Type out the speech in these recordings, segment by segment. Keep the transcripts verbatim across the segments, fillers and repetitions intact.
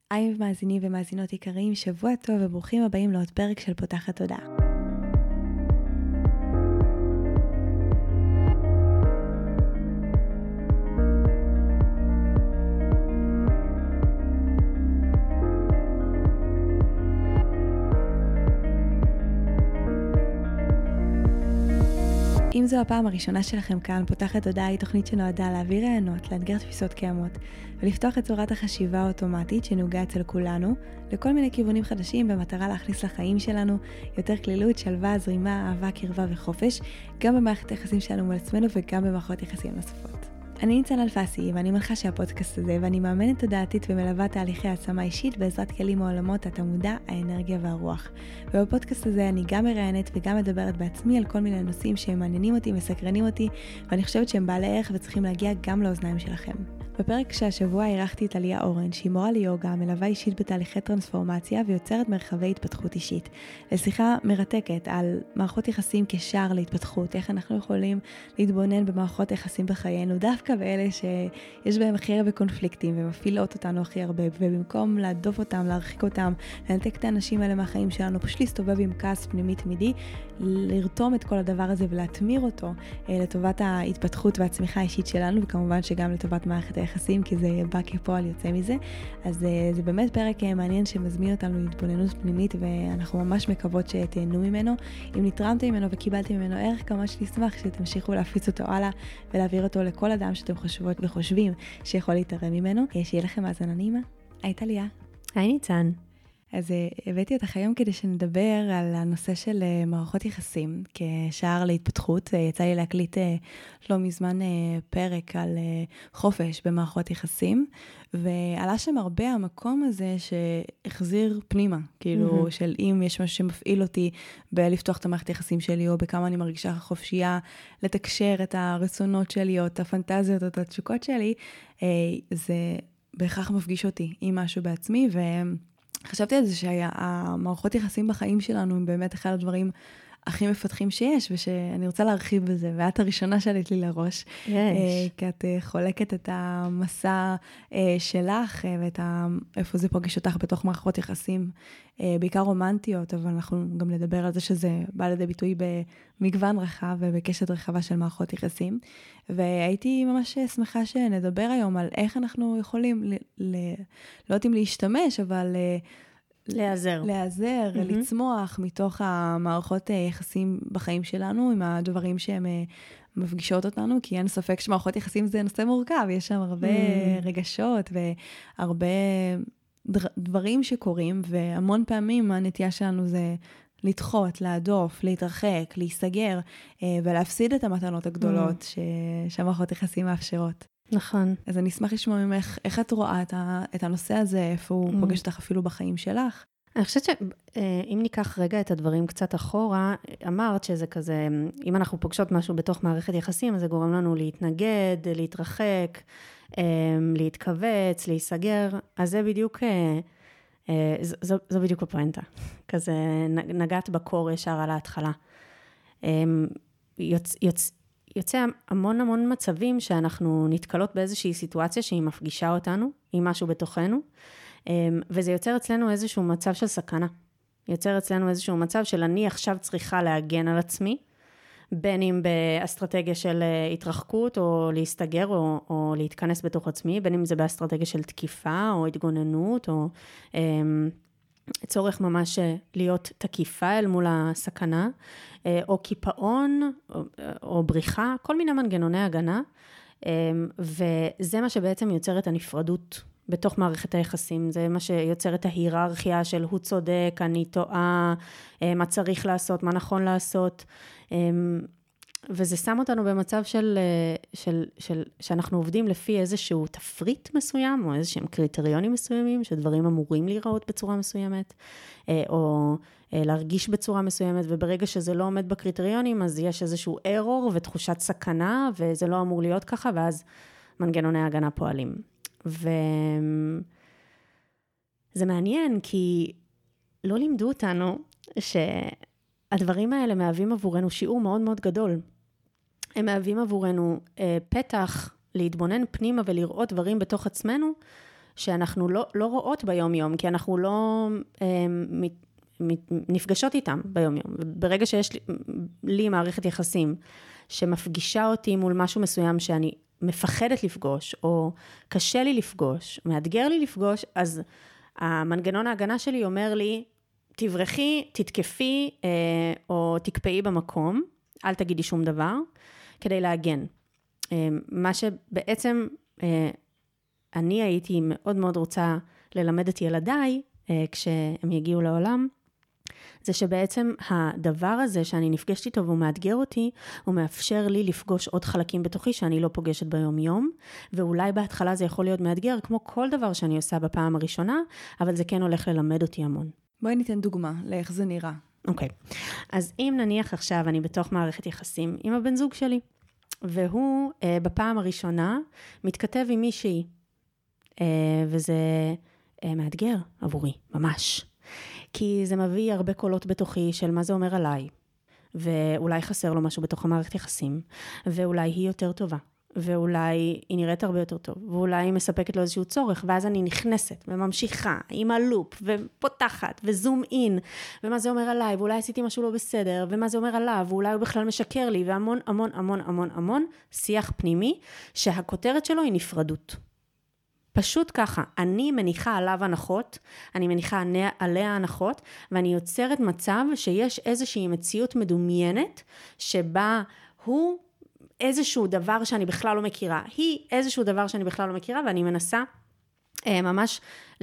היי מאזינים ומאזינות יקרים, שבוע טוב וברוכים הבאים לעוד פרק של פותחת תודעה. אם זו הפעם הראשונה שלכם כאן, פותחת תודעה היא תוכנית שנועדה להעביר רעיונות, לאתגר תפיסות קיימות, ולפתוח את צורת החשיבה האוטומטית שנהוגה אצל כולנו, לכל מיני כיוונים חדשים במטרה להכניס לחיים שלנו יותר כלילות, שלווה, זרימה, אהבה, קרבה וחופש, גם במערכת היחסים שלנו מול עצמנו וגם במערכות יחסים נוספות. אני ניצן אלפסי ואני מנחה שהפודקאסט הזה, ואני מאמנת תודעתית ומלווה תהליכי העצמה אישית בעזרת כלים מעולמות התמודה, האנרגיה והרוח. ובפודקאסט הזה אני גם מראיינת וגם מדברת בעצמי על כל מיני נושאים שהם מעניינים אותי, מסקרנים אותי, ואני חושבת שהם בעלי ערך וצריכים להגיע גם לאוזניים שלכם. בפרק שהשבוע אירחתי את אליה אורן, שהיא מורה ליוגה, מלווה אישית בתהליכי טרנספורמציה ויוצרת מרחבי התפתחות אישית. לשיחה מרתקת על מערכות יחסים כשער להתפתחות, איך אנחנו יכולים להתבונן במערכות יחסים בחיינו, דווקא באלה שיש בהם הכי הרבה קונפליקטים ומפעילות אותנו הכי הרבה, ובמקום להדוף אותם, להרחיק אותם, לנתק את האנשים האלה מהחיים שלנו, פשוט להסתובב עם כעס פנימי תמידי, לרתום את כל הדבר הזה ולהתמיר אותו לטובת ההתפתחות והצמיחה האישית שלנו, וכמובן שגם לטובת מערכת היחסים, כי זה בא כפועל יוצא מזה. אז זה באמת פרק מעניין שמזמין אותנו להתבוננות פנימית, ואנחנו ממש מקוות שתהנו ממנו. אם נתרמתם ממנו וקיבלתם ממנו ערך, ממש נשמח שתמשיכו להפיץ אותו הלאה ולהעביר אותו לכל אדם שאתם חושבות וחושבים שיכול להתערם ממנו. שיהיה לכם מאזנה נעימה. היי ליה. היי ניצן. אז הבאתי אותך היום כדי שנדבר על הנושא של מערכות יחסים כשער להתפתחות. יצא לי להקליט לא מזמן פרק על חופש במערכות יחסים, ועלה שם הרבה המקום הזה שהחזיר פנימה, כאילו mm-hmm. של אם יש משהו שמפעיל אותי בלפתוח את המערכת יחסים שלי, או בכמה אני מרגישה חופשייה לתקשר את הרצונות שלי, או את הפנטזיות, או את התשוקות שלי, זה בהכרח מפגיש אותי עם משהו בעצמי, ו... חשבתי על זה שהמערכות יחסים בחיים שלנו הם באמת אחד הדברים הכי מפתחים שיש, ושאני רוצה להרחיב בזה, ואת הראשונה שעלית לי לראש, יש. כי את חולקת את המסע שלך, ואת איפה זה פוגש אותך בתוך מערכות יחסים, בעיקר רומנטיות, אבל אנחנו גם נדבר על זה שזה בא לידי ביטוי במגוון רחב, ובקשת רחבה של מערכות יחסים, והייתי ממש שמחה שנדבר היום על איך אנחנו יכולים, ל- ל- לא יודעים להשתמש, אבל... להיעזר. להיעזר, mm-hmm. לצמוח מתוך המערכות יחסים בחיים שלנו, עם הדברים שהם מפגישות אותנו, כי אין ספק שמערכות יחסים זה נושא מורכב, יש שם הרבה mm-hmm. רגשות והרבה דברים שקורים, והמון פעמים הנטייה שלנו זה לדחות, להדוף, להתרחק, להיסגר, ולהפסיד את המתנות הגדולות mm-hmm. שהמערכות יחסים מאפשרות. נכון. אז אני אשמח לשמוע ממך, איך את רואה את, ה, את הנושא הזה, איפה הוא mm. פוגש אותך אפילו בחיים שלך? אני חושבת שאם ניקח רגע את הדברים קצת אחורה, אמרת שזה כזה, אם אנחנו פוגשות משהו בתוך מערכת יחסים, אז זה גורם לנו להתנגד, להתרחק, להתכווץ, להיסגר, אז זה בדיוק, זו, זו בדיוק הפואנטה. כזה נגעת בקור ישר על ההתחלה. יוצ, יוצ, יוצא המון המון מצבים שאנחנו נתקלות באיזושהי סיטואציה שהיא מפגישה אותנו, עם משהו בתוכנו, וזה יוצר אצלנו איזשהו מצב של סכנה. יוצר אצלנו איזשהו מצב של אני עכשיו צריכה להגן על עצמי, בין אם באסטרטגיה של התרחקות או להסתגר או, או להתכנס בתוך עצמי, בין אם זה באסטרטגיה של תקיפה או התגוננות או... צורך ממש להיות תקיפה אל מול הסכנה, או קיפאון, או, או בריחה, כל מיני מנגנוני הגנה, וזה מה שבעצם יוצר את הנפרדות בתוך מערכת היחסים, זה מה שיוצר את ההיררכיה של הוא צודק, אני טועה, מה צריך לעשות, מה נכון לעשות, וזה שם אותנו במצב של, של, של, שאנחנו עובדים לפי איזשהו תפריט מסוים, או איזשהם קריטריונים מסוימים, שדברים אמורים להיראות בצורה מסוימת, או להרגיש בצורה מסוימת, וברגע שזה לא עומד בקריטריונים, אז יש איזשהו error ותחושת סכנה, וזה לא אמור להיות ככה, ואז מנגנוני ההגנה פועלים. וזה מעניין, כי לא לימדו אותנו ש... הדברים האלה מהווים עבורנו שיעור מאוד מאוד גדול. הם מהווים עבורנו אה, פתח להתבונן פנימה ולראות דברים בתוך עצמנו, שאנחנו לא, לא רואות ביום יום, כי אנחנו לא אה, מת, מת, נפגשות איתם ביום יום. ברגע שיש לי, לי מערכת יחסים, שמפגישה אותי מול משהו מסוים שאני מפחדת לפגוש, או קשה לי לפגוש, מאתגר לי לפגוש, אז המנגנון ההגנה שלי אומר לי, תברכי, תתקפי, אה, או תקפאי במקום, אל תגידי שום דבר, כדי להגן. אה, מה שבעצם אה, אני הייתי מאוד מאוד רוצה ללמד את ילדיי, אה, כשהם יגיעו לעולם, זה שבעצם הדבר הזה שאני נפגשת איתו והוא מאתגר אותי, הוא מאפשר לי לפגוש עוד חלקים בתוכי שאני לא פוגשת ביום יום, ואולי בהתחלה זה יכול להיות מאתגר, כמו כל דבר שאני עושה בפעם הראשונה, אבל זה כן הולך ללמד אותי המון. בואי ניתן דוגמה לאיך זה נראה. אוקיי, אז אם נניח עכשיו אני בתוך מערכת יחסים עם הבן זוג שלי, והוא אה, בפעם הראשונה מתכתב עם מישהי, אה, וזה אה, מאתגר עבורי, ממש. כי זה מביא הרבה קולות בתוכי של מה זה אומר עליי, ואולי חסר לו משהו בתוך המערכת יחסים, ואולי היא יותר טובה, ואולי היא נראית הרבה יותר טוב, ואולי היא מספקת לו איזשהו צורך, ואז אני נכנסת וממשיכה עם הלופ, ופותחת, וזום אין, ומה זה אומר עליי, ואולי עשיתי משהו לא בסדר, ומה זה אומר עליו, ואולי הוא בכלל משקר לי, והמון המון המון המון המון שיח פנימי, שהכותרת שלו היא נפרדות. פשוט ככה, אני מניחה עליו הנחות, אני מניחה עליה הנחות, ואני יוצרת מצב שיש איזושהי מציאות מדומיינת, שבה הוא איזשהו דבר שאני בכלל לא מכירה, היא איזשהו דבר שאני בכלל לא מכירה, ואני מנסה אה, ממש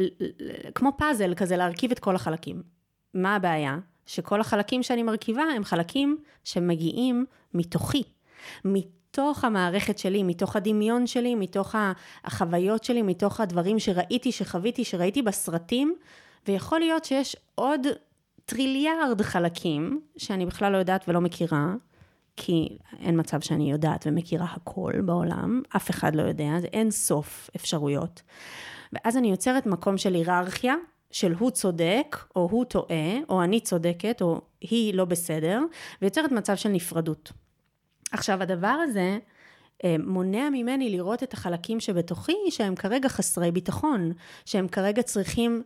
כמו פאזל כזה להרכיב את כל החלקים. מה הבעיה? שכל החלקים שאני מרכיבה הם חלקים שמגיעים מתוכי, מתוכי. מתוך המערכת שלי, מתוך הדמיון שלי, מתוך החוויות שלי, מתוך הדברים שראיתי, שחוויתי, שראיתי בסרטים, ויכול להיות שיש עוד טריליארד חלקים, שאני בכלל לא יודעת ולא מכירה, כי אין מצב שאני יודעת ומכירה הכל בעולם, אף אחד לא יודע, זה אין סוף אפשרויות. ואז אני יוצרת מקום של היררכיה, של הוא צודק, או הוא טועה, או אני צודקת, או היא לא בסדר, ויוצרת מצב של נפרדות. עכשיו, הדבר הזה מונע ממני לראות את החלקים שבתוכי, שהם כרגע חסרי ביטחון, שהם כרגע צריכים,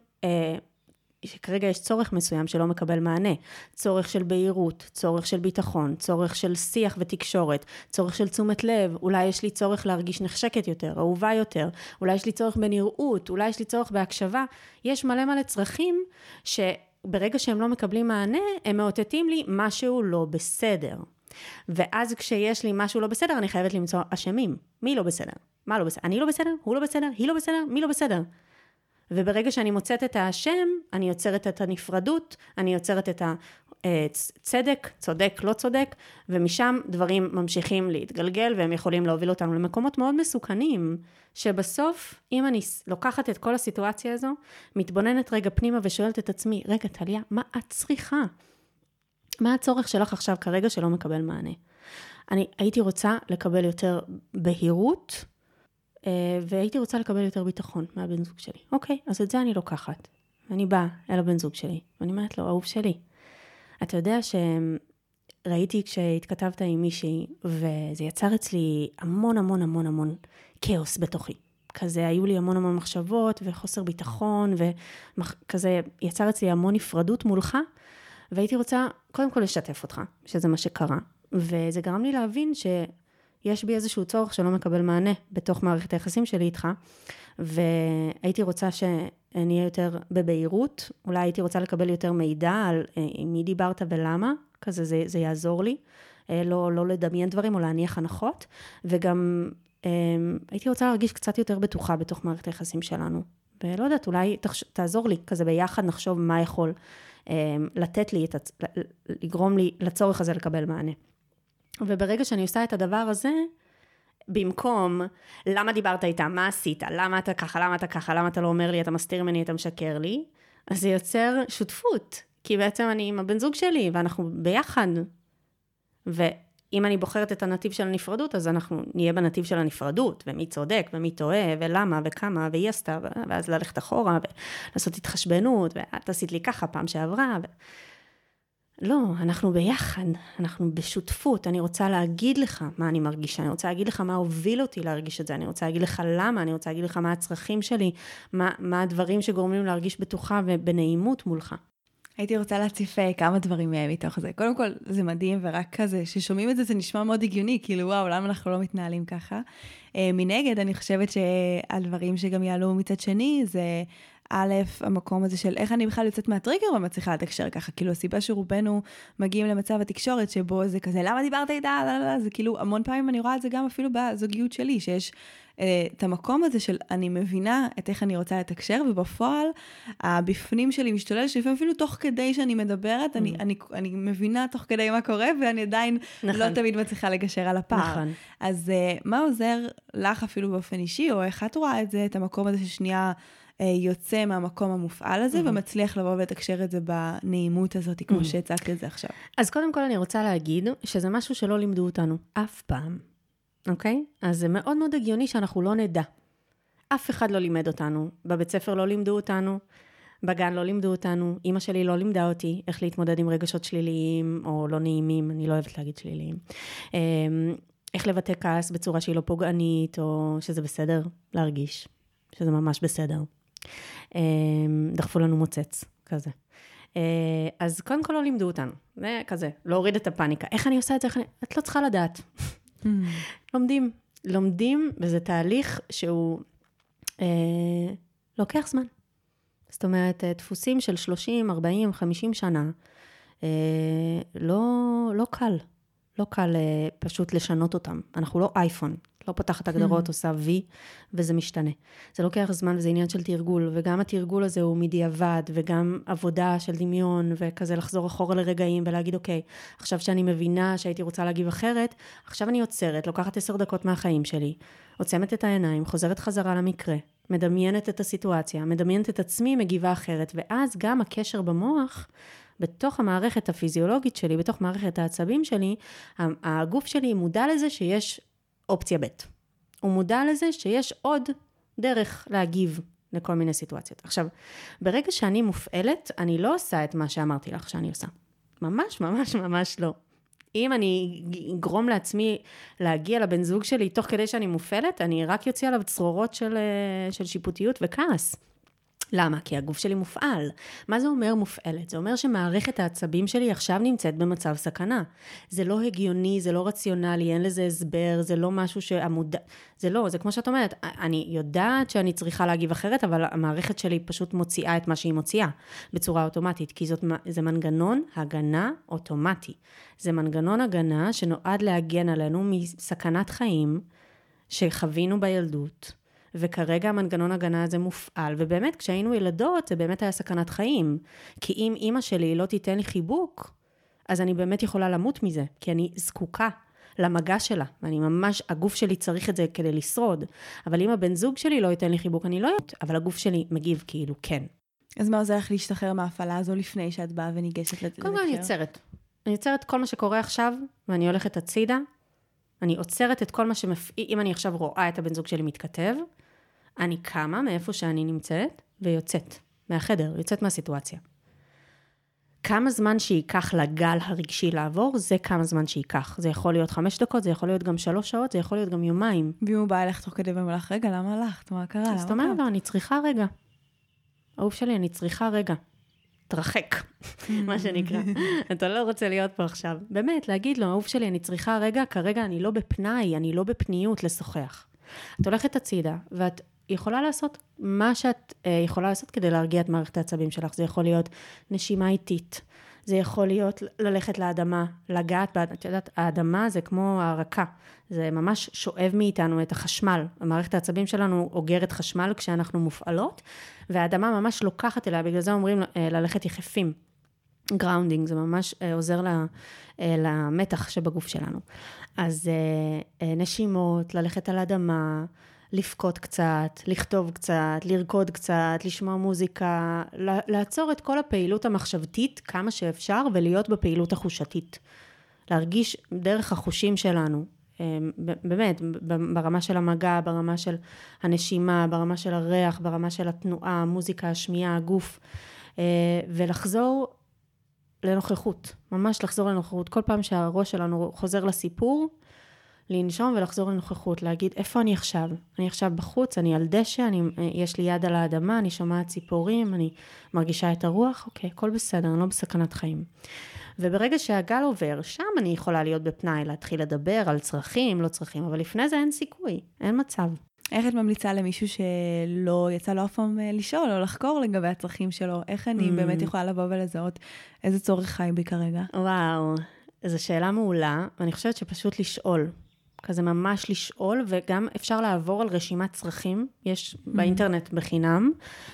שכרגע יש צורך מסוים שלא מקבל מענה, צורך של בהירות, צורך של ביטחון, צורך של שיח ותקשורת, צורך של תשומת לב, אולי יש לי צורך להרגיש נחשקת יותר, אהובה יותר, אולי יש לי צורך בנראות, אולי יש לי צורך בהקשבה, יש מלא מלא צרכים שברגע שהם לא מקבלים מענה, הם מאותתים לי משהו לא בסדר. ואז כשיש לי משהו לא בסדר, אני חייבת למצוא אשמים. מי לא בסדר? מה לא בסדר? אני לא בסדר? הוא לא בסדר? היא לא בסדר? מי לא בסדר? וברגע שאני מוצאת את האשם, אני יוצרת את הנפרדות, אני יוצרת את הצדק, צודק, לא צודק, ומשם דברים ממשיכים להתגלגל, והם יכולים להוביל אותנו למקומות מאוד מסוכנים, שבסוף, אם אני לוקחת את כל הסיטואציה הזו, מתבוננת רגע פנימה ושואלת את עצמי, רגע, טליה, מה את צריכה? מה הצורך שלך עכשיו כרגע שלא מקבל מענה? אני הייתי רוצה לקבל יותר בהירות, והייתי רוצה לקבל יותר ביטחון מהבן זוג שלי. אוקיי, אז את זה אני לוקחת. אני באה אל הבן זוג שלי, ואני אומרת לו, אהוב שלי. אתה יודע שראיתי כשהתכתבת עם מישהי, וזה יצר אצלי המון המון המון המון כאוס בתוכי. כזה היו לי המון המון מחשבות וחוסר ביטחון, וכזה יצר אצלי המון נפרדות מולך, והייתי רוצה קודם כל לשתף אותך, שזה מה שקרה. וזה גרם לי להבין שיש בי איזשהו צורך שלא מקבל מענה בתוך מערכת היחסים שלי איתך, והייתי רוצה שאני אהיה יותר בבהירות, אולי הייתי רוצה לקבל יותר מידע על מי דיברת ולמה, כזה זה, זה יעזור לי, לא, לא לדמיין דברים או להניח הנחות, וגם הייתי רוצה להרגיש קצת יותר בטוחה בתוך מערכת היחסים שלנו. ולא יודעת, אולי תעזור לי, כזה ביחד נחשוב מה יכול לתת לי, את, לגרום לי לצורך הזה לקבל מענה. וברגע שאני עושה את הדבר הזה, במקום, למה דיברת איתה, מה עשית, למה אתה ככה, למה אתה ככה, למה אתה לא אומר לי, אתה מסתיר ממני, אתה משקר לי, אז זה יוצר שותפות, כי בעצם אני עם הבן זוג שלי, ואנחנו ביחד, ואם אני בוחרת את הנתיב של הנפרדות, אז אנחנו נהיה בנתיב של הנפרדות, ומי צודק, ומי טועה, ולמה, וכמה, והיא עשתה, ואז ללכת אחורה, ולעשות התחשבנות, ואת עשית לי ככה פעם שעברה, ו... לא, אנחנו ביחד, אנחנו בשותפות, אני רוצה להגיד לך מה אני מרגישה, אני רוצה להגיד לך מה הוביל אותי להרגיש את זה, אני רוצה להגיד לך למה, אני רוצה להגיד לך מה הצרכים שלי, מה, מה הדברים שגורמים להרגיש בטוחה ובנעימות מולך. הייתי רוצה להציף כמה דברים מתוך זה. קודם כל, זה מדהים, ורק כזה, ששומעים את זה, זה נשמע מאוד הגיוני, כאילו, וואו, למה אנחנו לא מתנהלים ככה? מנגד, אני חושבת שהדברים שגם יעלו מצד שני, זה א', המקום הזה של איך אני בכלל יוצאת מהטריגר ומצליחה לתקשר ככה. כאילו, הסיבה שרובנו מגיעים למצב התקשורת, שבו זה כזה, למה דיברת איתה? לא, לא, לא, זה כאילו, המון פעמים אני רואה את זה גם אפילו בזוגיות שלי, שיש את המקום הזה של אני מבינה את איך אני רוצה לתקשר, ובפועל הבפנים שלי משתולל, שלפעמים אפילו תוך כדי שאני מדברת, אני, אני, אני מבינה תוך כדי מה קורה, ואני עדיין נכון. לא תמיד מצליחה לגשר על הפער. נכון. אז מה עוזר לך אפילו באופן אישי, או איך את רואה את זה, את המקום הזה ששנייה יוצא מהמקום המופעל הזה, ומצליח לבוא ולתקשר את זה בנעימות הזאת, כמו שהצגת את זה עכשיו. אז קודם כל אני רוצה להגיד, שזה משהו שלא לימדו אותנו אף פעם. אוקיי? אז זה מאוד מאוד הגיוני שאנחנו לא נדע. אף אחד לא לימד אותנו. בבית ספר לא לימדו אותנו, בגן לא לימדו אותנו, אמא שלי לא לימדה אותי איך להתמודד עם רגשות שליליים, או לא נעימים, אני לא אוהבת להגיד שליליים. איך לבטא כעס בצורה שהיא לא פוגענית, או שזה בסדר להרגיש, שזה ממש בסדר. דחפו לנו מוצץ, כזה. אז קודם כל לא לימדו אותנו. זה כזה, להוריד את הפאניקה. איך אני עושה את זה? את לא צריכה לדעת. לומדים, לומדים, וזה תהליך שהוא אה, לוקח זמן. זאת אומרת, דפוסים של שלושים, ארבעים, חמישים שנה, אה, לא, לא קל, לא קל אה, פשוט לשנות אותם. אנחנו לא אייפון, לא פותחת הגדרות, עושה וי, וזה משתנה. זה לוקח זמן, וזה עניין של תרגול, וגם התרגול הזה הוא מדיעבד, וגם עבודה של דמיון, וכזה לחזור אחורה לרגעים, ולהגיד, אוקיי, עכשיו שאני מבינה שהייתי רוצה להגיב אחרת, עכשיו אני עוצרת, לוקחת עשר דקות מהחיים שלי, עוצמת את העיניים, חוזרת חזרה למקרה, מדמיינת את הסיטואציה, מדמיינת את עצמי, מגיבה אחרת, ואז גם הקשר במוח, בתוך המערכת הפיזיולוגית שלי, בתוך מערכת העצבים שלי, הגוף שלי מודע לזה שיש אופציה ב'. הוא מודע לזה שיש עוד דרך להגיב לכל מיני סיטואציות. עכשיו, ברגע שאני מופעלת, אני לא עושה את מה שאמרתי לך שאני עושה. ממש, ממש, ממש לא. אם אני אגרום לעצמי להגיע לבן זוג שלי תוך כדי שאני מופעלת, אני רק יוציא עליו צרורות של, של שיפוטיות וכעס. למה? כי הגוף שלי מופעל. מה זה אומר מופעלת? זה אומר שמערכת העצבים שלי עכשיו נמצאת במצב סכנה. זה לא הגיוני, זה לא רציונלי, אין לזה הסבר, זה לא משהו שעמוד... זה לא, זה כמו שאת אומרת, אני יודעת שאני צריכה להגיב אחרת, אבל המערכת שלי פשוט מוציאה את מה שהיא מוציאה, בצורה אוטומטית, כי זאת, זה מנגנון הגנה אוטומטי. זה מנגנון הגנה שנועד להגן עלינו מסכנת חיים שחווינו בילדות, וכרגע המנגנון הגנה הזה מופעל, ובאמת כשהיינו ילדות זה באמת היה סכנת חיים, כי אם אמא שלי לא תיתן לי חיבוק, אז אני באמת יכולה למות מזה, כי אני זקוקה למגע שלה, ואני ממש, הגוף שלי צריך את זה כדי לשרוד, אבל אם הבן זוג שלי לא ייתן לי חיבוק, אני לא יודעת, אבל הגוף שלי מגיב כאילו כן. אז מה עוזר לך להשתחרר מההפעלה הזו לפני שאת באה וניגשת לתקשר? קודם כל אני יוצרת, אני יוצרת כל מה שקורה עכשיו, ואני הולכת הצידה, אני עוצרת את כל מה שמפעיל, אם אני עכשיו רואה את הבן זוג שלי מתכתב, אני קמה מאיפה שאני נמצאת, ויוצאת מהחדר, יוצאת מהסיטואציה. כמה זמן שייקח לגל הרגשי לעבור, זה כמה זמן שייקח. זה יכול להיות חמש דקות, זה יכול להיות גם שלוש שעות, זה יכול להיות גם יומיים. ואם הוא בא אליך תוך כדי ומלך, רגע, למה הלכת? מה קרה? זאת אומרת, לא, אני צריכה רגע. האהוב שלי, אני צריכה רגע. תרחק, מה שנקרא. אתה לא רוצה להיות פה עכשיו. באמת, להגיד לו, האהוב שלי, אני צריכה רגע, כרגע אני לא בפנאי, אני לא בפניות לשוחח. את הולכת הצידה, ואת יכולה לעשות מה שאת אה, יכולה לעשות כדי להרגיע את מערכת העצבים שלך. זה יכול להיות נשימה איטית, זה יכול להיות ללכת לאדמה, לגעת באדמה. את יודעת, האדמה זה כמו הרקה, זה ממש שואב מאיתנו את החשמל. המערכת העצבים שלנו אוגרת חשמל כשאנחנו מופעלות, והאדמה ממש לוקחת אליה, בגלל זה אומרים אה, ללכת יחפים. גראונדינג, זה ממש אה, עוזר לה, אה, למתח שבגוף שלנו. אז אה, אה, נשימות, ללכת על אדמה, לפקוד קצת, לכתוב קצת, לרקוד קצת, לשמוע מוזיקה, לעצור את כל הפעילות המחשבתית כמה שאפשר, ולהיות בפעילות החושתית. להרגיש דרך החושים שלנו, באמת, ברמה של המגע, ברמה של הנשימה, ברמה של הריח, ברמה של התנועה, המוזיקה, השמיעה, הגוף, ולחזור לנוכחות, ממש לחזור לנוכחות. כל פעם שהראש שלנו חוזר לסיפור, לנשום ולחזור לנוכחות, להגיד איפה אני עכשיו? אני עכשיו בחוץ, אני על דשא, אני, יש לי יד על האדמה, אני שומעת ציפורים, אני מרגישה את הרוח, אוקיי, הכל בסדר, אני לא בסכנת חיים. וברגע שהגל עובר, שם אני יכולה להיות בפנאי, להתחיל לדבר על צרכים, לא צרכים, אבל לפני זה אין סיכוי, אין מצב. איך את ממליצה למישהו שלא יצא לו אף פעם לשאול או לחקור לגבי הצרכים שלו? איך אני mm. באמת יכולה לבוא ולזהות איזה צורך חי בי כרגע? וואו, זו שאלה מעולה, ואני חושבת שפשוט לשאול, כזה ממש לשאול, וגם אפשר לעבור על רשימת צרכים, יש mm. באינטרנט בחינם,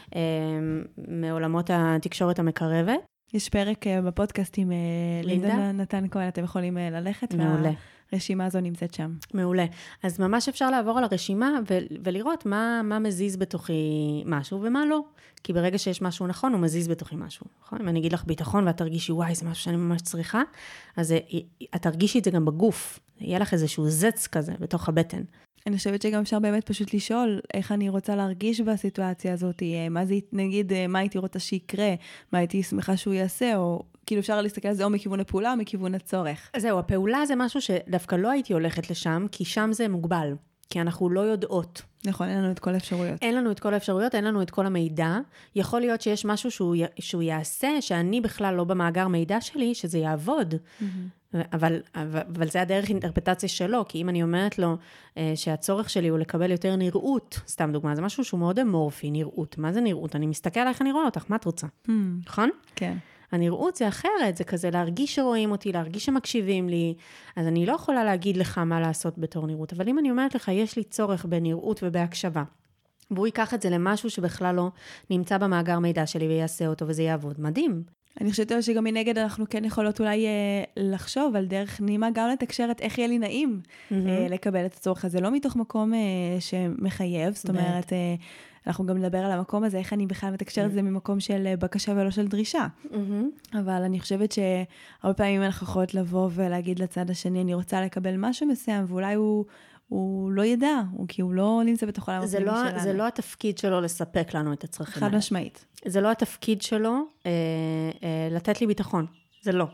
מעולמות התקשורת המקרבת. יש פרק בפודקאסט עם לינדה נתן כהן, אתם יכולים ללכת. מעולה. הרשימה הזו נמצאת שם. מעולה. אז ממש אפשר לעבור על הרשימה ו- ולראות מה, מה מזיז בתוכי משהו ומה לא. כי ברגע שיש משהו נכון, הוא מזיז בתוכי משהו. נכון? אם אני אגיד לך ביטחון ואת תרגישי, וואי, זה משהו שאני ממש צריכה, אז את תרגישי את זה גם בגוף. יהיה לך איזשהו זץ כזה בתוך הבטן. אני חושבת שגם אפשר באמת פשוט לשאול איך אני רוצה להרגיש בסיטואציה הזאת, מה זה, נגיד, מה הייתי רוצה שיקרה, מה הייתי שמחה שהוא יעשה, או כאילו אפשר להסתכל על זה או מכיוון הפעולה או מכיוון הצורך. זהו, הפעולה זה משהו שדווקא לא הייתי הולכת לשם, כי שם זה מוגבל, כי אנחנו לא יודעות. נכון, אין לנו את כל האפשרויות. אין לנו את כל האפשרויות, אין לנו את כל המידע. יכול להיות שיש משהו שהוא, שהוא יעשה, שאני בכלל לא במאגר מידע שלי, שזה יעבוד. Mm-hmm. אבל, אבל, אבל זה הדרך אינטרפטציה שלו, כי אם אני אומרת לו אה, שהצורך שלי הוא לקבל יותר נראות, סתם דוגמה, זה משהו שהוא מאוד אמורפי, נראות. מה זה נראות? אני מסתכל עליך, אני רואה אותך, מה את רוצה? Mm. נכון? כן. הנראות זה אחרת, זה כזה להרגיש שרואים אותי, להרגיש שמקשיבים לי, אז אני לא יכולה להגיד לך מה לעשות בתור נראות, אבל אם אני אומרת לך, יש לי צורך בנראות ובהקשבה, והוא ייקח את זה למשהו שבכלל לא נמצא במאגר מידע שלי ויעשה אותו, וזה יעבוד מדהים. אני חושבת שגם מנגד אנחנו כן יכולות אולי אה, לחשוב על דרך נעימה גם לתקשרת איך יהיה לי נעים mm-hmm. אה, לקבל את הצורך הזה, לא מתוך מקום אה, שמחייב, זאת אומרת, אה, אנחנו גם נדבר על המקום הזה, איך אני בכלל מתקשרת את זה ממקום של בקשה ולא של דרישה. Mm-hmm. אבל אני חושבת שהרבה פעמים אנחנו יכולות לבוא ולהגיד לצד השני, אני רוצה לקבל משהו מסוים, ואולי הוא... הוא לא ידע, הוא, כי הוא לא נמצא בתוך העולם הפנימי לא, שלנו. זה לא התפקיד שלו לספק לנו את הצרכים האלה. חד משמעית. זה לא התפקיד שלו אה, אה, לתת לי ביטחון. זה לא.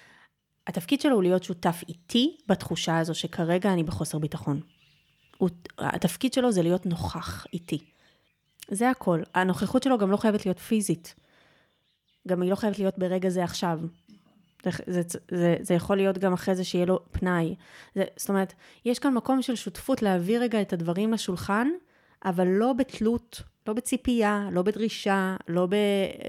התפקיד שלו הוא להיות שותף איתי בתחושה הזו שכרגע אני בחוסר ביטחון. הוא, התפקיד שלו זה להיות נוכח איתי. זה הכל. הנוכחות שלו גם לא חייבת להיות פיזית. גם היא לא חייבת להיות ברגע זה עכשיו. זה, זה, זה יכול להיות גם אחרי זה שיהיה לו פנאי. זה, זאת אומרת, יש כאן מקום של שותפות להביא רגע את הדברים לשולחן, אבל לא בתלות, לא בציפייה, לא בדרישה, לא ב...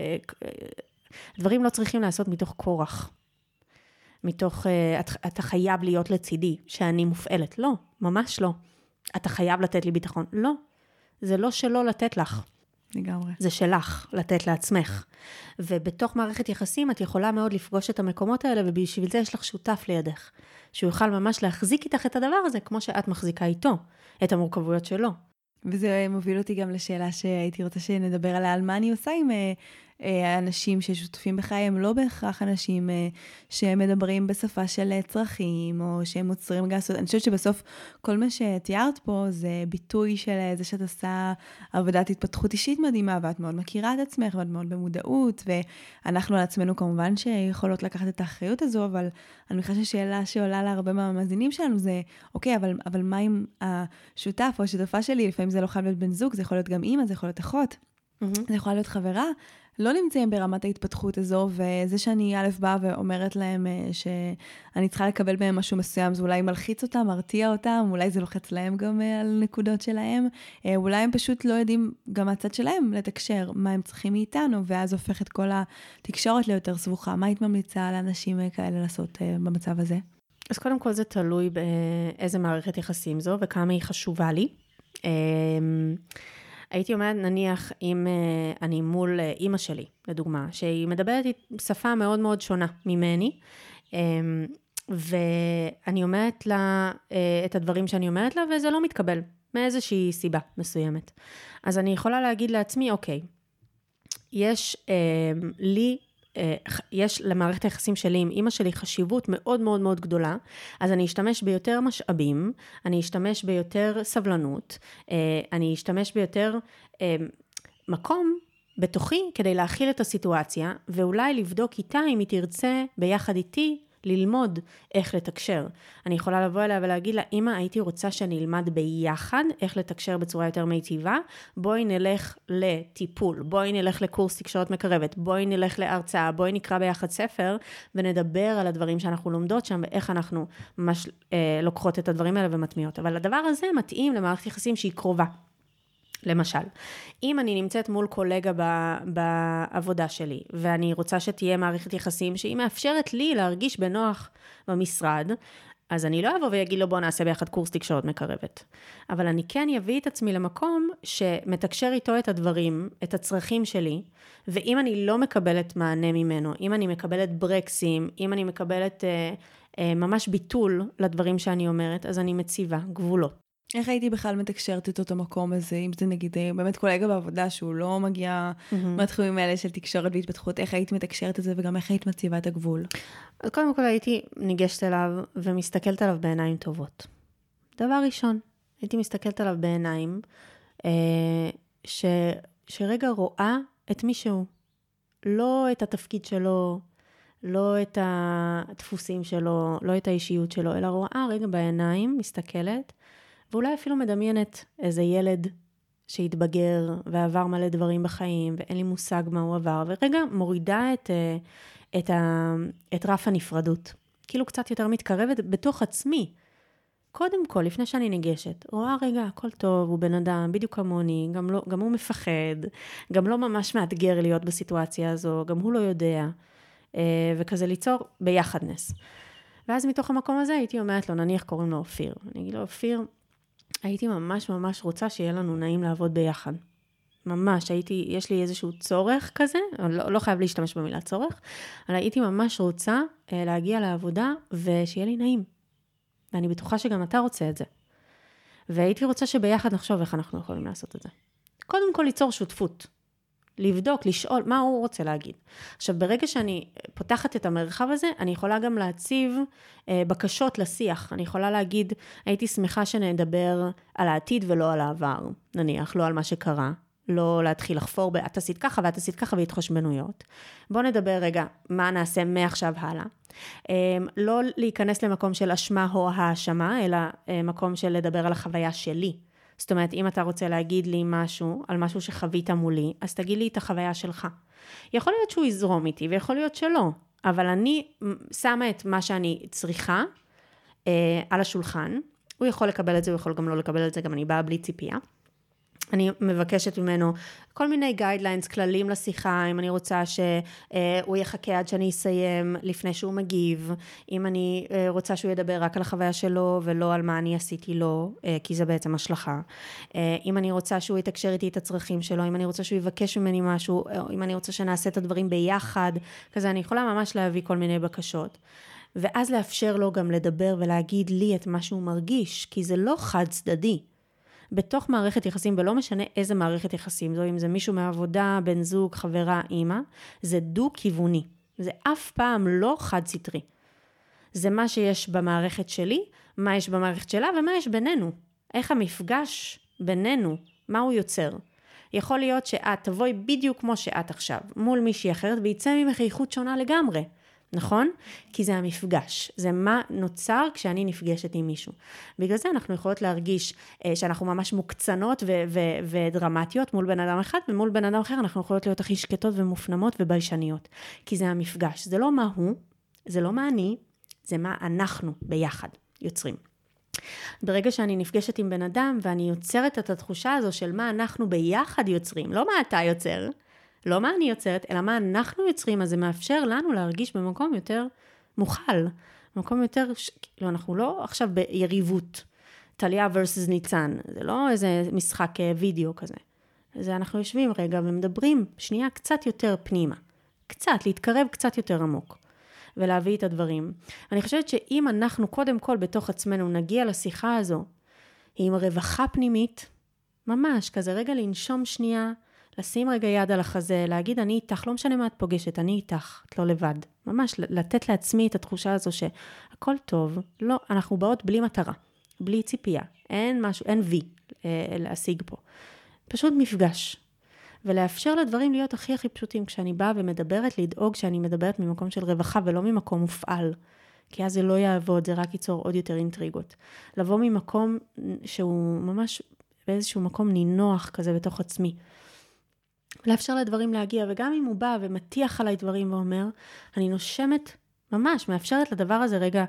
דברים לא צריכים לעשות מתוך כורח. מתוך, אתה חייב להיות לצידי, שאני מופעלת. לא, ממש לא. אתה חייב לתת לי ביטחון. לא. זה לא שלא לתת לך. לגמרי. זה שלך, לתת לעצמך. ובתוך מערכת יחסים, את יכולה מאוד לפגוש את המקומות האלה, ובשביל זה יש לך שותף לידך, שהוא יוכל ממש להחזיק איתך את הדבר הזה, כמו שאת מחזיקה איתו, את המורכבויות שלו. וזה מוביל אותי גם לשאלה שהייתי רוצה שנדבר עליה, על מה אני עושה עם האנשים ששותפים בחיי, הם לא בהכרח אנשים שמדברים בשפה של צרכים, או שהם מוצרים גסות. אני חושבת שבסוף כל מה שתיארת פה זה ביטוי של זה שאת עושה עבודת התפתחות אישית מדהימה, ואת מאוד מכירה את עצמך, ואת מאוד במודעות, ואנחנו על עצמנו כמובן שיכולות לקחת את האחריות הזו, אבל אני חושבת ששאלה שעולה להרבה מהמאזינים שלנו זה, אוקיי, אבל, אבל מה עם השותף או השותפה שלי? לפעמים זה לא חייב להיות בן זוג, זה יכול להיות גם אמא, זה יכול להיות אחות, mm-hmm. זה יכול להיות חברה, לא נמצאים ברמת ההתפתחות הזו, וזה שאני א' באה ואומרת להם שאני צריכה לקבל בהם משהו מסוים, זה אולי מלחיץ אותם, מרתיע אותם, אולי זה לוחץ להם גם על נקודות שלהם, אולי הם פשוט לא יודעים גם מהצד שלהם לתקשר מה הם צריכים מאיתנו, ואז הופך את כל התקשורת ליותר סבוכה. מה היית ממליצה לאנשים כאלה לעשות במצב הזה? אז קודם כל זה תלוי באיזה מערכת יחסים זו, וכמה היא חשובה לי. הייתי אומרת, נניח, אם uh, אני מול uh, אמא שלי, לדוגמה, שהיא מדברת שפה מאוד מאוד שונה ממני, um, ואני אומרת לה uh, את הדברים שאני אומרת לה, וזה לא מתקבל, מאיזושהי סיבה מסוימת. אז אני יכולה להגיד לעצמי, אוקיי, יש uh, לי, uh, יש למערכת היחסים שלי עם אמא שלי חשיבות מאוד מאוד מאוד גדולה, אז אני אשתמש ביותר משאבים, אני אשתמש ביותר סבלנות, uh, אני אשתמש ביותר uh, מקום בתוכי כדי להכיל את הסיטואציה, ואולי לבדוק איתה אם היא תרצה ביחד איתי ללמוד איך לתקשר. אני יכולה לבוא אליה ולהגיד לה, אמא, הייתי רוצה שאני אלמד ביחד איך לתקשר בצורה יותר מיטיבה, בואי נלך לטיפול, בואי נלך לקורס תקשורת מקרבת, בואי נלך להרצאה, בואי נקרא ביחד ספר, ונדבר על הדברים שאנחנו לומדות שם, ואיך אנחנו ממש אה, לוקחות את הדברים האלה ומטמיעות. אבל הדבר הזה מתאים למערכת יחסים שהיא קרובה. למשל, אם אני נמצאת מול קולגה ב, בעבודה שלי, ואני רוצה שתהיה מערכת יחסים שהיא מאפשרת לי להרגיש בנוח במשרד, אז אני לא אבוא ויגיד לו בוא נעשה ביחד קורס תקשורת מקרבת. אבל אני כן אביא את עצמי למקום שמתקשר איתו את הדברים, את הצרכים שלי, ואם אני לא מקבלת מענה ממנו, אם אני מקבלת ברקסים, אם אני מקבלת אה, אה, ממש ביטול לדברים שאני אומרת, אז אני מציבה גבולות. איך הייתי בכלל מתקשרת את אותו מקום הזה, אם זה נגיד באמת קולגה בעבודה שהוא לא מגיע mm-hmm. מהתחומים האלה של תקשורת והתפתחות, איך היית מתקשרת את זה וגם איך היית מציבה את הגבול? אז קודם כל הייתי ניגשת אליו ומסתכלת עליו בעיניים טובות. דבר ראשון, הייתי מסתכלת עליו בעיניים אה, ש, שרגע רואה את מי שהוא. לא את התפקיד שלו, לא את הדפוסים שלו, לא את האישיות שלו, אלא רואה רגע בעיניים, מסתכלת, ואולי אפילו מדמיינת איזה ילד שהתבגר ועבר מלא דברים בחיים, ואין לי מושג מה הוא עבר, ורגע מורידה את, את, ה, את רף הנפרדות. כאילו קצת יותר מתקרבת בתוך עצמי. קודם כל, לפני שאני ניגשת, רואה רגע, הכל טוב, הוא בן אדם, בדיוק כמוני, גם, לא, גם הוא מפחד, גם לא ממש מאתגר להיות בסיטואציה הזו, גם הוא לא יודע, וכזה ליצור ביחדנס. ואז מתוך המקום הזה הייתי אומרת לו, נניח קוראים לו אופיר. אני אגיד לו, אופיר, הייתי ממש ממש רוצה שיהיה לנו נעים לעבוד ביחד. ממש, הייתי, יש לי איזשהו צורך כזה, לא, לא חייב להשתמש במילה צורך, אבל הייתי ממש רוצה אה, להגיע לעבודה ושיהיה לי נעים. ואני בטוחה שגם אתה רוצה את זה. והייתי רוצה שביחד נחשוב איך אנחנו יכולים לעשות את זה. קודם כל ליצור שותפות. לבדוק, לשאול מה הוא רוצה להגיד. עכשיו, ברגע שאני פותחת את המרחב הזה, אני יכולה גם להציב אה, בקשות לשיח. אני יכולה להגיד, הייתי שמחה שנדבר על העתיד ולא על העבר. נניח, לא על מה שקרה. לא להתחיל לחפור באת עשית ככה ואת עשית ככה והתחשבנויות. בוא נדבר רגע מה נעשה מעכשיו הלאה. אה, לא להיכנס למקום של אשמה או האשמה, אלא אה, מקום של לדבר על החוויה שלי. זאת אומרת, אם אתה רוצה להגיד לי משהו, על משהו שחווית מולי, אז תגיד לי את החוויה שלך. יכול להיות שהוא יזרום איתי, ויכול להיות שלא, אבל אני שמה את מה שאני צריכה אה, על השולחן, הוא יכול לקבל את זה, הוא יכול גם לא לקבל את זה, גם אני באה בלי ציפייה. אני מבקשת ממנו כל מיני גיידליינס, כללים לשיחה, אם אני רוצה שהוא יחכה עד שאני אסיים לפני שהוא מגיב, אם אני רוצה שהוא ידבר רק על החוויה שלו ולא על מה אני עשיתי לו, כי זה בעצם השלכה. אם אני רוצה שהוא יתקשר איתי את הצרכים שלו, אם אני רוצה שהוא יבקש ממני משהו, אם אני רוצה שנעשה את הדברים ביחד, כזה אני יכולה ממש להביא כל מיני בקשות. ואז לאפשר לו גם לדבר ולהגיד לי את מה שהוא מרגיש, כי זה לא חד צדדי. בתוך מערכת יחסים, ולא משנה איזה מערכת יחסים, זו אם זה מישהו מהעבודה, בן זוג, חברה, אמא, זה דו-כיווני. זה אף פעם לא חד-סטרי. זה מה שיש במערכת שלי, מה יש במערכת שלה, ומה יש בינינו. איך המפגש בינינו, מה הוא יוצר. יכול להיות שאת תבואי בדיוק כמו שאת עכשיו, מול מישהי אחרת, ויצא ממך איכות שונה לגמרי. נכון? כי זה המפגש. זה מה נוצר כשאני נפגשת עם מישהו. בגלל זה אנחנו יכולות להרגיש אה, שאנחנו ממש מוקצנות ו- ו- ודרמטיות מול בן אדם אחד, ומול בן אדם אחר אנחנו יכולות להיות הכי שקטות ומופנמות וביישניות. כי זה המפגש. זה לא מה הוא, זה לא מה אני, זה מה אנחנו ביחד יוצרים. ברגע שאני נפגשת עם בן אדם ואני יוצרת את התחושה הזו של מה אנחנו ביחד יוצרים, לא מה אתה יוצר, לא מה אני יוצרת, אלא מה אנחנו יוצרים, אז זה מאפשר לנו להרגיש במקום יותר מוכל, במקום יותר, לא, אנחנו לא עכשיו ביריבות, טליה versus ניצן, זה לא איזה משחק וידאו כזה, זה אנחנו יושבים רגע ומדברים שנייה קצת יותר פנימה, קצת, להתקרב קצת יותר עמוק, ולהביא את הדברים. אני חושבת שאם אנחנו קודם כל בתוך עצמנו נגיע לשיחה הזו, עם רווחה פנימית, ממש כזה רגע לנשום שנייה, לשים רגע יד על החזה, להגיד אני איתך, לא משנה מה את פוגשת, אני איתך, את לא לבד. ממש לתת לעצמי את התחושה הזו שהכל טוב, לא, אנחנו באות בלי מטרה, בלי ציפייה, אין משהו, אין וי אה, להשיג פה. פשוט מפגש. ולאפשר לדברים להיות הכי הכי פשוטים, כשאני באה ומדברת, לדאוג שאני מדברת ממקום של רווחה, ולא ממקום מופעל, כי אז זה לא יעבוד, זה רק ייצור עוד יותר אינטריגות. לבוא ממקום שהוא ממש באיזשהו מקום נינוח כזה בתוך עצמי. לאפשר לדברים להגיע, וגם אם הוא בא ומתיח עליי דברים ואומר, אני נושמת ממש, מאפשרת לדבר הזה רגע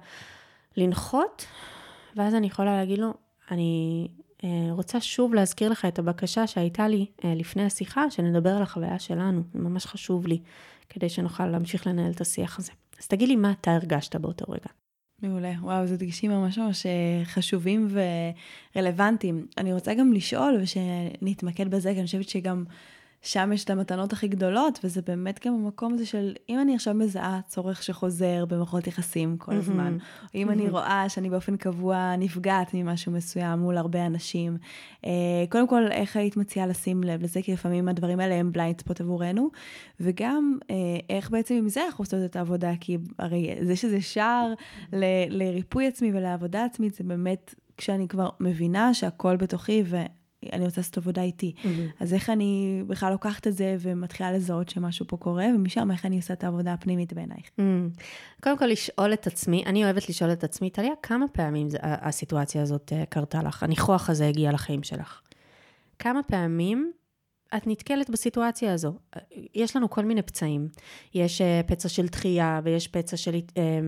לנחות, ואז אני יכולה להגיד לו, אני רוצה שוב להזכיר לך את הבקשה שהייתה לי לפני השיחה, שנדבר על החוויה שלנו, זה ממש חשוב לי, כדי שנוכל להמשיך לנהל את השיח הזה. אז תגיד לי מה אתה הרגשת באותו רגע. מעולה, וואו, זה דגשים ממש ממש חשובים ורלוונטיים. אני רוצה גם לשאול ושנתמקד בזה, כי אני חושבת שגם שם יש את המתנות הכי גדולות, וזה באמת גם המקום הזה של, אם אני עכשיו מזהה צורך שחוזר במערכות יחסים כל הזמן, או אם אני רואה שאני באופן קבוע נפגעת ממשהו מסוים מול הרבה אנשים, קודם כל, איך היית מציעה לשים לב לזה, כי לפעמים הדברים האלה הם בליינד ספוט עבורנו, וגם איך בעצם עם זה אנחנו עושות את העבודה, כי הרי זה שזה שער ל- לריפוי עצמי ולעבודה עצמית, זה באמת כשאני כבר מבינה שהכל בתוכי ו... אני רוצה לעשות עבודה איתי. Mm-hmm. אז איך אני בכלל לוקחת את זה ומתחילה לזהות שמשהו פה קורה, ומשם איך אני עושה את העבודה הפנימית בעינייך. Mm-hmm. קודם כל לשאול את עצמי, אני אוהבת לשאול את עצמי, טליה, כמה פעמים זה, הסיטואציה הזאת קרתה לך? הניחוח הזה הגיע לחיים שלך. כמה פעמים את נתקלת בסיטואציה הזו? יש לנו כל מיני פצעים. יש פצע של דחייה, ויש פצע של,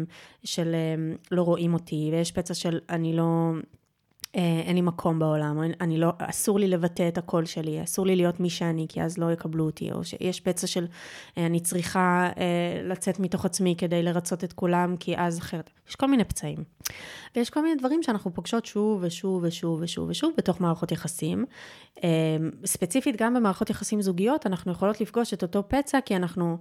של לא רואים אותי, ויש פצע של אני לא... אין לי מקום בעולם, אני לא, אסור לי לבטא את הקול שלי, אסור לי להיות מי שאני, כי אז לא יקבלו אותי, או שיש פצע של, אני צריכה לצאת מתוך עצמי כדי לרצות את כולם, כי אז אחרת. יש כל מיני פצעים. ויש כל מיני דברים שאנחנו פוגשות שוב ושוב ושוב ושוב ושוב, בתוך מערכות יחסים. ספציפית, גם במערכות יחסים זוגיות, אנחנו יכולות לפגוש את אותו פצע, כי אנחנו...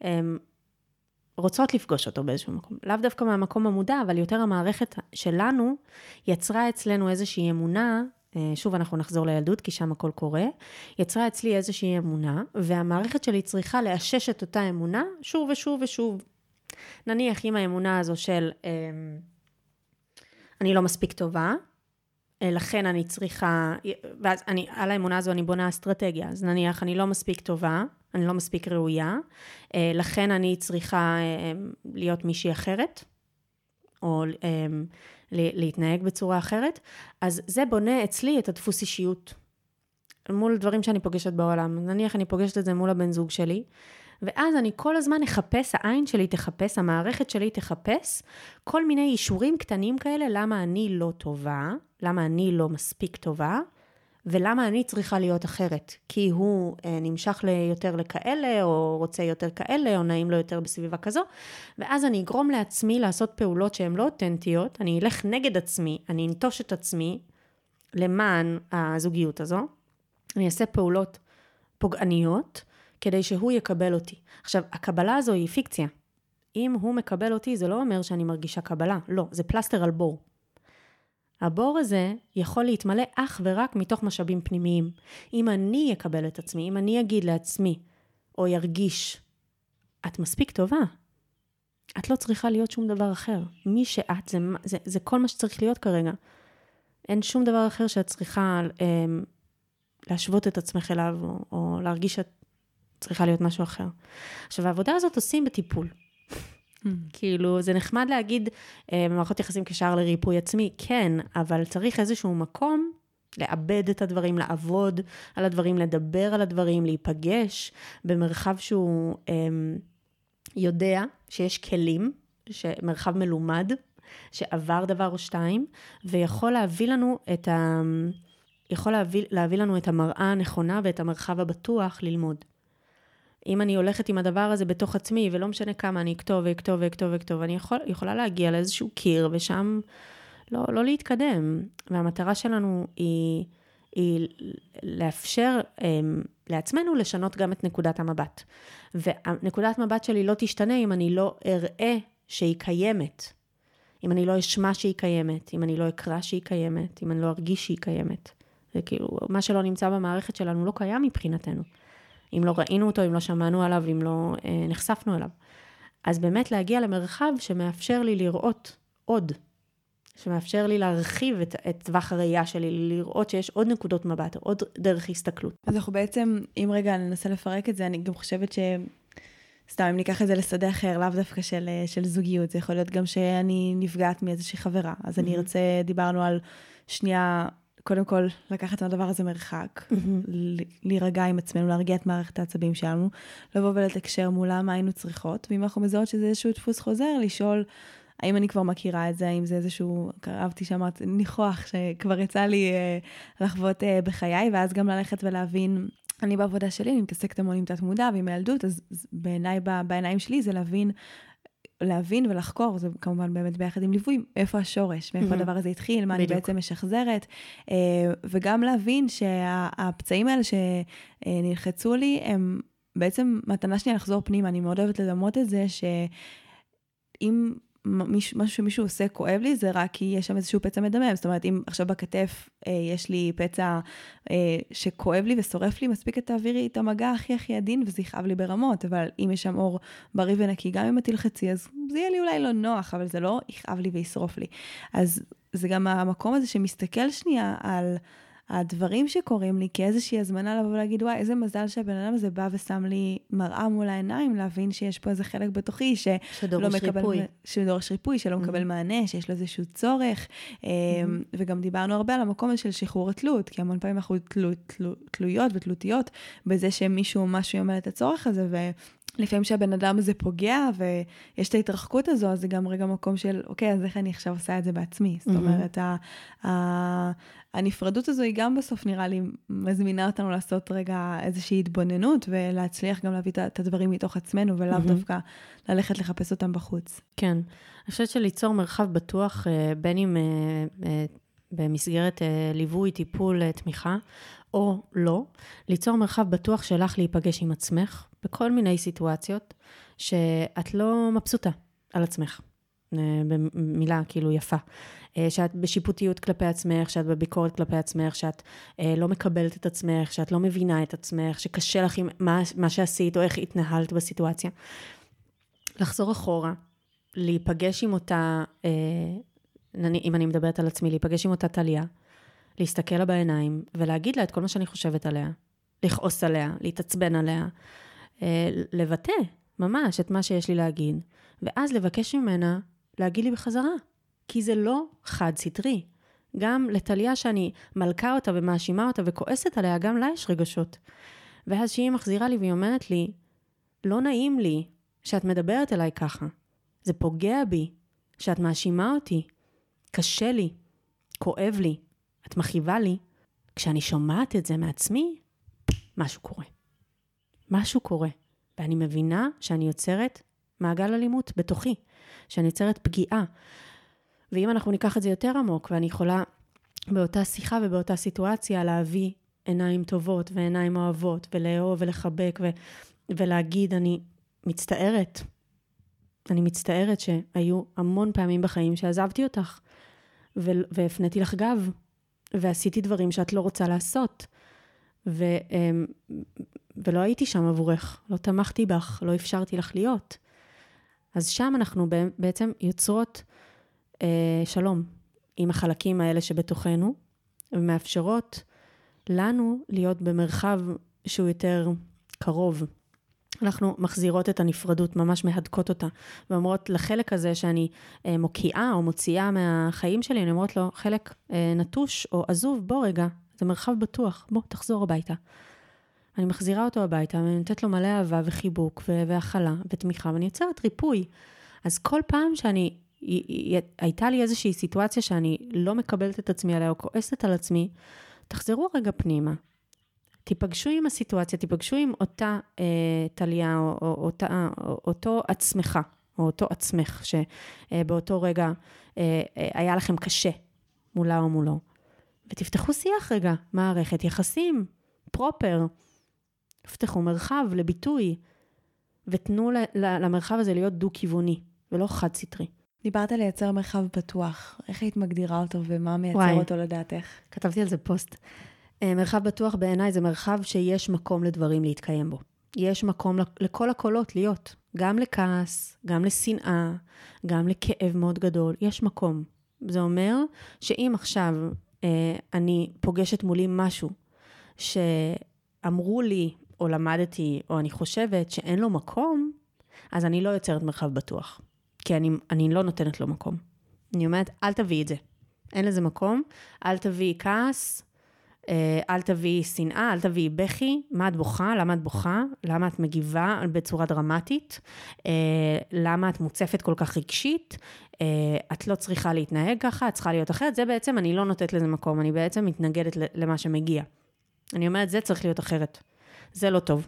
רוצות לפגוש אותו באיזשהו מקום. לאו דווקא מהמקום המודע, אבל יותר המערכת שלנו יצרה אצלנו איזושהי אמונה, שוב אנחנו נחזור לילדות, כי שם הכל קורה, יצרה אצלי איזושהי אמונה, והמערכת שלי צריכה לאשש את אותה אמונה, שוב ושוב ושוב. נניח עם האמונה הזו של, אני לא מספיק טובה, לכן אני צריכה, ואז אני, על האמונה הזו אני בונה אסטרטגיה, אז נניח אני לא מספיק טובה, אני לא מספיק ראויה, לכן אני צריכה להיות מישהי אחרת, או להתנהג בצורה אחרת, אז זה בונה אצלי את הדפוס אישיות, מול דברים שאני פוגשת בעולם, נניח אני פוגשת את זה מול הבן זוג שלי, ואז אני כל הזמן אחפש, העין שלי תחפש, המערכת שלי תחפש, כל מיני אישורים קטנים כאלה, למה אני לא טובה, למה אני לא מספיק טובה, ולמה אני צריכה להיות אחרת, כי הוא אה, נמשך יותר לכאלה, או רוצה יותר כאלה, או נעים לו יותר בסביבה כזו, ואז אני אגרום לעצמי לעשות פעולות שהן לא אותנטיות, אני אלך נגד עצמי, אני אנטוש את עצמי, למען הזוגיות הזו, אני אעשה פעולות פוגעניות, כדי שהוא יקבל אותי. עכשיו, הקבלה הזו היא פיקציה. אם הוא מקבל אותי, זה לא אומר שאני מרגישה קבלה, לא, זה פלסטר על בור. הבור הזה יכול להתמלא אך ורק מתוך משאבים פנימיים. אם אני אקבל את עצמי, אם אני אגיד לעצמי, או ירגיש, את מספיק טובה. את לא צריכה להיות שום דבר אחר. מי שאת, זה, זה, זה כל מה שצריך להיות כרגע. אין שום דבר אחר שאת צריכה אה, להשוות את עצמך אליו, או, או להרגיש שאת צריכה להיות משהו אחר. עכשיו, העבודה הזאת עושים בטיפול. כאילו, זה נחמד להגיד, במערכות יחסים כשער לריפוי עצמי, כן, אבל צריך איזשהו מקום לאבד את הדברים, לעבוד על הדברים, לדבר על הדברים, להיפגש במרחב שהוא יודע שיש כלים, מרחב מלומד, שעבר דבר או שתיים, ויכול להביא לנו את ה... יכול להביא, להביא לנו את המראה הנכונה ואת המרחב הבטוח ללמוד. אם אני הולכת עם הדבר הזה בתוך עצמי, ולא משנה כמה אני אכתוב ואכתוב ואכתוב ואכתוב, אני יכול, יכולה להגיע לאיזשהו קיר, ושם לא, לא להתקדם. והמטרה שלנו היא, היא לאפשר um, לעצמנו לשנות גם את נקודת המבט. ונקודת מבט שלי לא תשתנה אם אני לא אראה שהיא קיימת. אם אני לא אשמע שהיא קיימת, אם אני לא אקרא שהיא קיימת, אם אני לא ארגיש שהיא קיימת. זה כאילו, מה שלא נמצא במערכת שלנו לא קיים מבחינתנו. אם לא ראינו אותו, אם לא שמענו עליו, אם לא אה, נחשפנו אליו. אז באמת להגיע למרחב שמאפשר לי לראות עוד שמאפשר לי להרחיב את, את טווח הראייה שלי, לראות שיש עוד נקודות מבט, עוד דרך הסתכלות. אז אנחנו בעצם, אם רגע ננסה לפרק את זה, אני גם חושבת ש... סתם, אם ניקח את זה לשדה אחר, לאו דווקא של, של זוגיות, זה יכול להיות גם שאני נפגעת מאיזושהי חברה, אז אני ארצה, דיברנו על שנייה, קודם כל, לקחת מהדבר הזה מרחק, להירגע עם עצמנו, להרגיע את מערכת העצבים שלנו, לבוא ולתקשר מולה מה היינו צריכות, ואם אנחנו מזהות שזה איזשהו דפוס חוזר, לשאול, האם אני כבר מכירה את זה, האם זה איזשהו, אהבתי שאמרת, ניחוח שכבר יצא לי אה, לחוות אה, בחיי, ואז גם ללכת ולהבין, אני בעבודה שלי, אני מתעסקת המון עם תת מודע ועם הילדות, אז בעיניי, בעיניים שלי זה להבין, להבין ולחקור, זה כמובן באמת ביחד עם ליווי, איפה השורש, מאיפה הדבר הזה התחיל, מה אני בעצם משחזרת, וגם להבין שהפצעים האלה שנלחצו לי, הם בעצם מתנה שנייה לחזור פנימה, אני מאוד אוהבת לדמות את זה, שאם משהו שמישהו עושה כואב לי, זה רק כי יש שם איזשהו פצע מדמם. זאת אומרת, אם עכשיו בכתף אה, יש לי פצע אה, שכואב לי ושורף לי, מספיק את תעבירי את המגע הכי הכי עדין, וזה יכאב לי ברמות, אבל אם יש שם אור בריא ונקי, גם אם תלחצי, אז זה יהיה לי אולי לא נוח, אבל זה לא יכאב לי וישרוף לי. אז זה גם המקום הזה שמסתכל שנייה על הדברים שקורים לי, כאיזושהי הזמנה לבוא ולהגיד, וואי, איזה מזל שהבן אדם הזה בא ושם לי מראה מול העיניים, להבין שיש פה איזה חלק בתוכי, שדורש ריפוי. שדורש ריפוי, שלא מקבל מענה, שיש לו איזשהו צורך, וגם דיברנו הרבה על המקום הזה של שחרור התלות, כי המון פעמים אנחנו תלויות ותלותיות, בזה שמישהו משהו יאמר את הצורך הזה, ו... לפעמים שהבן אדם הזה פוגע, ויש את ההתרחקות הזו, אז זה גם רגע מקום של, אוקיי, אז איך אני עכשיו עושה את זה בעצמי? זאת אומרת, הנפרדות הזו היא גם בסוף נראה לי, מזמינה אותנו לעשות רגע איזושהי התבוננות, ולהצליח גם להביא את הדברים מתוך עצמנו, ולאו דווקא ללכת לחפש אותם בחוץ. כן. אני חושבת שליצור מרחב בטוח, בין אם במסגרת ליווי, טיפול, תמיכה, או לא, ליצור מרחב בטוח שלך להיפגש עם עצמך, בכל מיני סיטואציות שאת לא מבסוטה על עצמך, במילה כאילו יפה, שאת בשיפוטיות כלפי עצמך, שאת בביקורת כלפי עצמך, שאת לא מקבלת את עצמך, שאת לא מבינה את עצמך, שקשה לך עם מה, מה שעשית או איך התנהלת בסיטואציה. לחזור אחורה, להיפגש עם אותה, אם אני מדברת על עצמי, להיפגש עם אותה תליה, להסתכל לה בעיניים ולהגיד לה את כל מה שאני חושבת עליה, לכעוס עליה, להתעצבן עליה, לבטא ממש את מה שיש לי להגיד, ואז לבקש ממנה להגיד לי בחזרה, כי זה לא חד סטרי. גם לתליה שאני מלכה אותה ומאשימה אותה וכועסת עליה, גם לה יש רגשות. ואז שהיא מחזירה לי והיא אומרת לי, לא נעים לי שאת מדברת אליי ככה, זה פוגע בי, שאת מאשימה אותי, קשה לי, כואב לי, את מכאיבה לי, כשאני שומעת את זה מעצמי, משהו קורה. משהו קורה. ואני מבינה שאני יוצרת מעגל אלימות בתוכי, שאני יוצרת פגיעה. ואם אנחנו ניקח את זה יותר עמוק, ואני יכולה באותה שיחה ובאותה סיטואציה להביא עיניים טובות ועיניים אוהבות, ולאהוב ולחבק ו- ולהגיד, אני מצטערת. אני מצטערת שהיו המון פעמים בחיים שעזבתי אותך, ו- והפניתי לך גב, ועשיתי דברים שאת לא רוצה לעשות. ו, ולא הייתי שם עבורך, לא תמכתי בך, לא אפשרתי לך להיות. אז שם אנחנו בעצם יוצרות אה, שלום עם החלקים האלה שבתוכנו, ומאפשרות לנו להיות במרחב שהוא יותר קרוב. אנחנו מחזירות את הנפרדות, ממש מהדקות אותה, ואומרות לחלק הזה שאני אה, מוקיעה או מוציאה מהחיים שלי, אני אומרת לו, חלק אה, נטוש או עזוב, בוא רגע, זה מרחב בטוח, בוא תחזור הביתה. אני מחזירה אותו הביתה, ואני נותנת לו מלא אהבה וחיבוק ו- והכלה ותמיכה, ואני יוצרת ריפוי. אז כל פעם שאני, הייתה לי איזושהי סיטואציה שאני לא מקבלת את עצמי עליה, או כועסת על עצמי, תחזרו רגע פנימה. תיפגשו עם הסיטואציה, תיפגשו עם אותה אה, תליה, או, או, אותה, או אותו עצמך, או אותו עצמך, שבאותו רגע אה, אה, היה לכם קשה, מולה או מולו. ותפתחו שיח רגע, מערכת יחסים, פרופר, תפתחו מרחב לביטוי, ותנו למרחב הזה להיות דו-כיווני, ולא חד סטרי. דיברת לייצר מרחב פתוח, איך היית מגדירה אותו ומה מייצר וואי, אותו לדעתך? כתבתי על זה פוסט. מרחב בטוח בעיניי זה מרחב שיש מקום לדברים להתקיים בו. יש מקום לכל הקולות להיות, גם לכעס, גם לשנאה, גם לכאב מאוד גדול, יש מקום. זה אומר שאם עכשיו אה, אני פוגשת מולי משהו שאמרו לי, או למדתי, או אני חושבת שאין לו מקום, אז אני לא יוצרת מרחב בטוח. כי אני, אני לא נותנת לו מקום. אני אומרת, אל תביא את זה. אין לזה מקום, אל תביא כעס, אל תביא שנאה, אל תביא בכי, מה את בוכה, למה את בוכה, למה את מגיבה בצורה דרמטית, למה את מוצפת כל כך רגשית, את לא צריכה להתנהג ככה, את צריכה להיות אחרת, זה בעצם אני לא נותנת לזה מקום, אני בעצם מתנגדת למה שמגיע. אני אומרת, זה צריך להיות אחרת, זה לא טוב.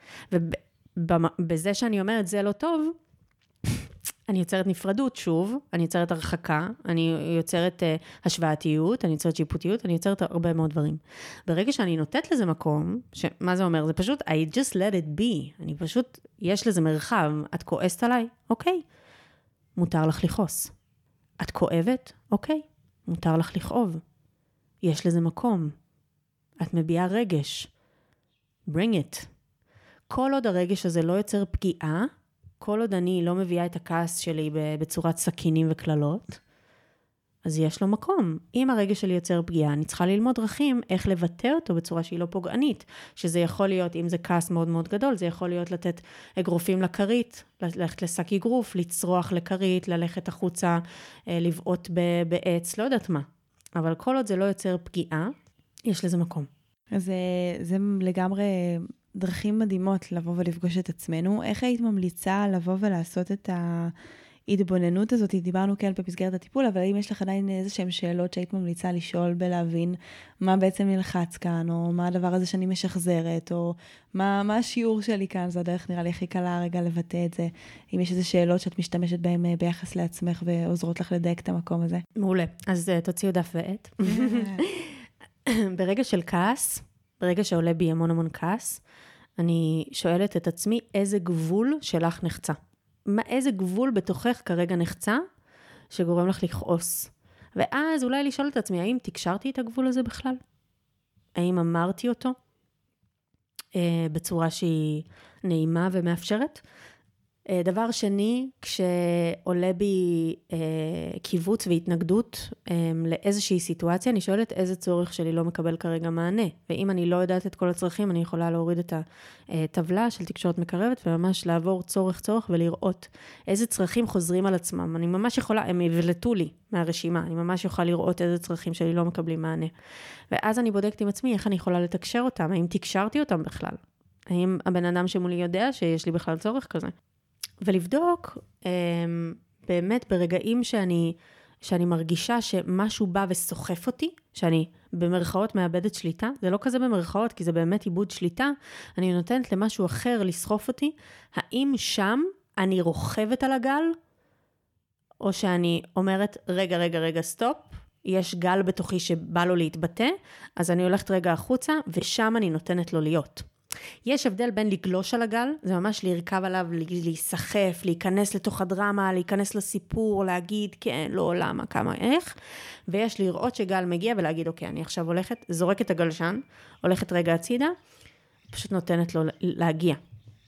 ובזה שאני אומרת, זה לא טוב, אני יוצרת נפרדות שוב, אני יוצרת הרחקה, אני יוצרת uh, השוואתיות, אני יוצרת שיפוטיות, אני יוצרת הרבה מאוד דברים. ברגע שאני נותנת לזה מקום, שמה זה אומר? זה פשוט, I just let it be, אני פשוט, יש לזה מרחב, את כועסת עליי? אוקיי, מותר לך לכעוס. את כואבת? אוקיי, מותר לך לכאוב. יש לזה מקום. את מביעה רגש. bring it. כל עוד הרגש הזה לא יוצר פגיעה, כל עוד אני לא מביאה את הכעס שלי בצורת סכינים וכללות, אז יש לו מקום. אם הרגש שלי יוצר פגיעה, אני צריכה ללמוד דרכים איך לבטא אותו בצורה שהיא לא פוגענית, שזה יכול להיות, אם זה כעס מאוד מאוד גדול, זה יכול להיות לתת אגרופים לכרית, ללכת לשק אגרוף, לצרוח לכרית, ללכת החוצה, לבעוט בעץ, לא יודעת מה. אבל כל עוד זה לא יוצר פגיעה, יש לזה מקום. אז זה לגמרי דרכים מדהימות לבוא ולפגוש את עצמנו. איך היית ממליצה לבוא ולעשות את ההתבוננות הזאת? דיברנו כן במסגרת הטיפול, אבל האם יש לך עדיין איזה שהן שאלות שהיית ממליצה לשאול בלהבין מה בעצם נלחץ כאן, או מה הדבר הזה שאני משחזרת, או מה, מה השיעור שלי כאן? זה הדרך נראה לי הכי קלה רגע לבטא את זה. אם יש איזה שאלות שאת משתמשת בהן ביחס לעצמך ועוזרות לך לדייק את המקום הזה. מעולה. אז תוציאו דף ועט. ברגע של כעס, ברגע שעולה בי המון המון כעס, אני שואלת את עצמי איזה גבול שלך נחצה. מה, איזה גבול בתוכך כרגע נחצה שגורם לך לכעוס. ואז אולי לשאול את עצמי, האם תקשרתי את הגבול הזה בכלל? האם אמרתי אותו אה, בצורה שהיא נעימה ומאפשרת? אה, דבר שני, כשעולה בי אה, קיבוץ והתנגדות אה, לאיזושהי סיטואציה, אני שואלת איזה צורך שלי לא מקבל כרגע מענה. ואם אני לא יודעת את כל הצרכים, אני יכולה להוריד את הטבלה של תקשורת מקרבת, וממש לעבור צורך צורך ולראות איזה צרכים חוזרים על עצמם. אני ממש יכולה, הם יבלטו לי מהרשימה, אני ממש יכולה לראות איזה צרכים שלי לא מקבלים מענה. ואז אני בודקת עם עצמי איך אני יכולה לתקשר אותם, האם תקשרתי אותם בכלל? האם הבן אדם שמולי יודע שיש לי בכלל צורך כזה? ולבדוק, באמת ברגעים שאני, שאני מרגישה שמשהו בא וסוחף אותי, שאני במרכאות מאבדת שליטה, זה לא כזה במרכאות, כי זה באמת איבוד שליטה, אני נותנת למשהו אחר לסחוף אותי, האם שם אני רוכבת על הגל, או שאני אומרת, רגע, רגע, רגע, סטופ, יש גל בתוכי שבא לו להתבטא, אז אני הולכת רגע החוצה, ושם אני נותנת לו להיות. יש הבדל בין לגלוש על הגל, זה ממש לרכב עליו, להיסחף, להיכנס לתוך הדרמה, להיכנס לסיפור, להגיד כן, לא, למה, כמה, איך, ויש לראות שגל מגיע ולהגיד, אוקיי, אני עכשיו הולכת, זורקת הגלשן, הולכת רגע הצידה, פשוט נותנת לו להגיע.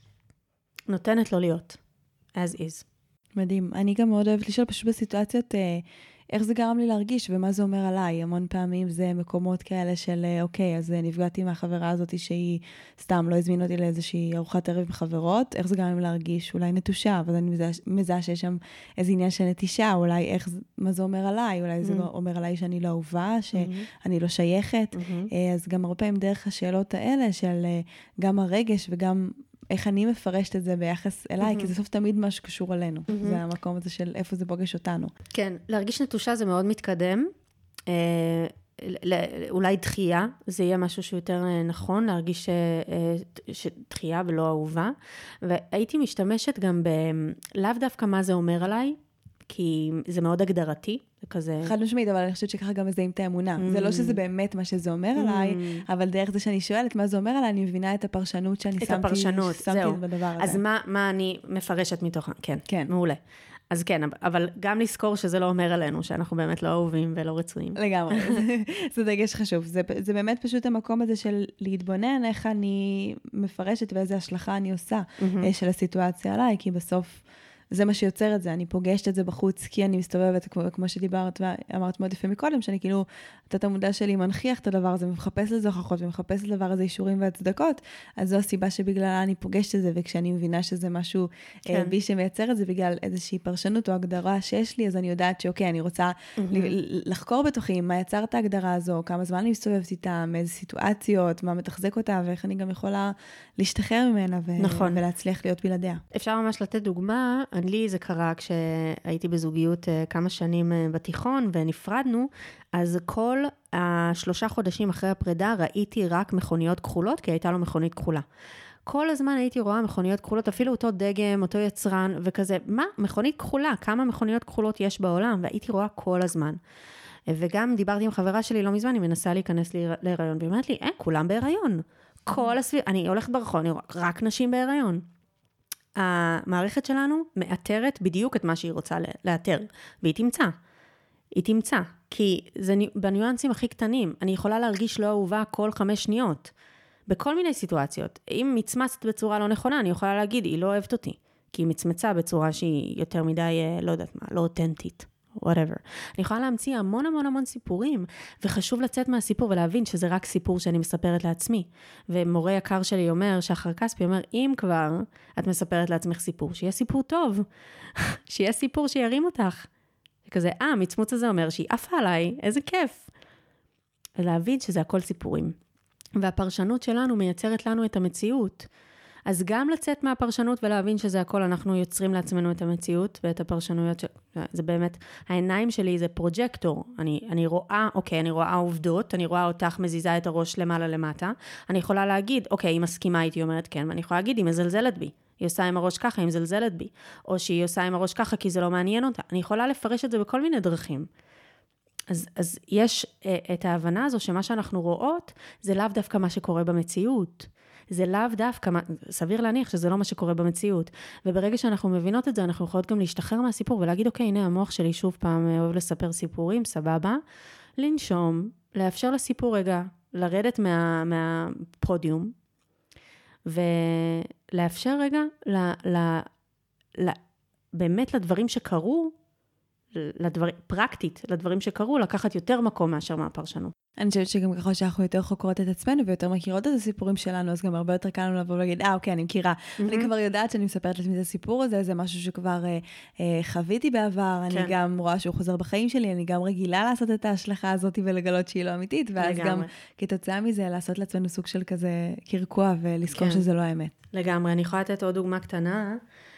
נותנת לו להיות, as is. מדהים. אני גם מאוד אוהבת לשאול פשוט בסיטואציות, איך זה גרם לי להרגיש ומה זה אומר עליי. המון פעמים זה מקומות כאלה של, אוקיי, אז נפגעתי מהחברה הזאת שהיא סתם לא הזמין אותי לאיזושהי ארוחת ערב עם חברות, איך זה גרם לי להרגיש? אולי נטושה, אבל אני מזהה שיש שם איזה עניין של נטישה, אולי איך, מה זה אומר עליי? אולי זה אומר עליי שאני לא אהובה, שאני לא שייכת. אז גם הרבה פעמים דרך השאלות האלה של גם הרגש וגם איך אני מפרשת את זה ביחס אליי, כי זה סוף תמיד מה שקשור אלינו. זה המקום הזה של איפה זה פוגש אותנו. כן, להרגיש נטושה זה מאוד מתקדם. אולי דחייה, זה יהיה משהו שיותר נכון, להרגיש דחייה ולא אהובה. והייתי משתמשת גם לאו דווקא מה זה אומר עליי, כי זה מאוד הגדרתי, זה כזה... חד משמעית, אבל אני חושבת שככה גם מזהים את האמונה. Mm. זה לא שזה באמת מה שזה אומר mm. עליי, אבל דרך זה שאני שואלת מה זה אומר עליי, אני מבינה את הפרשנות שאני את שמתי, הפרשנות, שמתי זהו. בדבר הזה. אז מה, מה אני מפרשת מתוכה? כן, כן. מעולה. אז כן, אבל גם לזכור שזה לא אומר עלינו, שאנחנו באמת לא אהובים ולא רצויים. לגמרי, זה, זה דגש חשוב. זה, זה באמת פשוט המקום הזה של להתבונן איך אני מפרשת ואיזה השלכה אני עושה mm-hmm. של הסיטואציה עליי, כי בסוף זה מה שיוצר את זה, אני פוגשת את זה בחוץ, כי אני מסתובבת, כמו, כמו שדיברת, ואמרת מאוד יפה מקודם, שאני כאילו, התת המודע שלי מנחיח את הדבר הזה, ומחפש לזה הוכחות, ומחפש לדבר הזה אישורים והצדקות, אז זו הסיבה שבגללה אני פוגשת את זה, וכשאני מבינה שזה משהו כן. אה, בי שמייצר את זה, בגלל איזושהי פרשנות או הגדרה שיש לי, אז אני יודעת שאוקיי, אני רוצה mm-hmm. לחקור בתוכי, מה יצר את ההגדרה הזו, כמה זמן אני מסתובבת איתה, מאיזה סיטואציות, מה מתחזק אותה, ואיך אני גם יכולה להשתחרר ממנה, ו- נכון. ולהצליח להיות בלעדיה. אפשר ממש לתת דוגמה, לי זה קרה כשהייתי בזוגיות כמה שנים בתיכון ונפרדנו, אז כל השלושה חודשים אחרי הפרידה ראיתי רק מכוניות כחולות, כי הייתה לו מכונית כחולה. כל הזמן הייתי רואה מכוניות כחולות, אפילו אותו דגם, אותו יצרן, וכזה, מה? מכונית כחולה, כמה מכוניות כחולות יש בעולם? והייתי רואה כל הזמן. וגם דיברתי עם חברה שלי לא מזמן, היא מנסה להיכנס להיריון, והיא אומרת לי, אה, כולם בהיריון. כל הסביב, אני הולכת ברחוב, אני רואה רק נשים בהיריון. המערכת שלנו מאתרת בדיוק את מה שהיא רוצה לאתר, והיא תמצא. היא תמצא, כי זה בניואנסים הכי קטנים. אני יכולה להרגיש לא אהובה כל חמש שניות, בכל מיני סיטואציות. אם מצמצת בצורה לא נכונה, אני יכולה להגיד, היא לא אוהבת אותי, כי היא מצמצה בצורה שהיא יותר מדי, לא יודעת מה, לא אותנטית. whatever. אני יכולה להמציא המון המון המון סיפורים, וחשוב לצאת מהסיפור ולהבין שזה רק סיפור שאני מספרת לעצמי. ומורה יקר שלי אומר, שחר כספי אומר, אם כבר את מספרת לעצמך סיפור, שיהיה סיפור טוב, שיהיה סיפור שירים אותך. וכזה, אה, המצמוץ הזה אומר שהיא עפה עליי, איזה כיף. ולהבין שזה הכל סיפורים. והפרשנות שלנו מייצרת לנו את המציאות. אז גם לצאת מהפרשנות ולהבין שזה הכל, אנחנו יוצרים לעצמנו את המציאות ואת הפרשנויות, ש... זה באמת, העיניים שלי זה פרוג'קטור, אני, אני רואה, אוקיי, אני רואה עובדות, אני רואה אותך מזיזה את הראש למעלה למטה, אני יכולה להגיד, אוקיי, היא מסכימה איתי, אומרת כן, ואני יכולה להגיד, היא מזלזלת בי, היא עושה עם הראש ככה, היא מזלזלת בי, או שהיא עושה עם הראש ככה, כי זה לא מעניין אותה, אני יכולה לפרש את זה בכל מיני דרכים. אז, אז יש אה, את ההבנה הזו שמה שאנחנו רואות, זה לאו דווקא מה שקורה במציאות. זה לאו דווקא, סביר להניח שזה לא מה שקורה במציאות. וברגע שאנחנו מבינות את זה, אנחנו יכולות גם להשתחרר מהסיפור, ולהגיד, אוקיי, הנה המוח שלי שוב פעם אוהב לספר סיפורים, סבבה, לנשום, לאפשר לסיפור רגע, לרדת מה, מהפודיום, ולאפשר רגע, ל, ל, ל, באמת לדברים שקרו, לדבר, פרקטית, לדברים שקרו, לקחת יותר מקום מאשר מהפרשנות. אני חושבת שגם ככל שאנחנו יותר חוקרות את עצמנו, ויותר מכירות את הסיפורים שלנו, אז גם הרבה יותר קל לנו לבוא ולהגיד, אה, אוקיי, אני מכירה. Mm-hmm. אני כבר יודעת שאני מספרת לעצמי את הסיפור הזה, זה משהו שכבר אה, אה, חוויתי בעבר, כן. אני גם רואה שהוא חוזר בחיים שלי, אני גם רגילה לעשות את ההשלכה הזאת, ולגלות שהיא לא אמיתית, ואז לגמרי. גם כתוצאה מזה, לעשות לעצמנו סוג של כזה קרקוע, ולזכור כן. שזה לא האמת. לגמרי, אני יכולה לתת עוד דוגמה קטנה,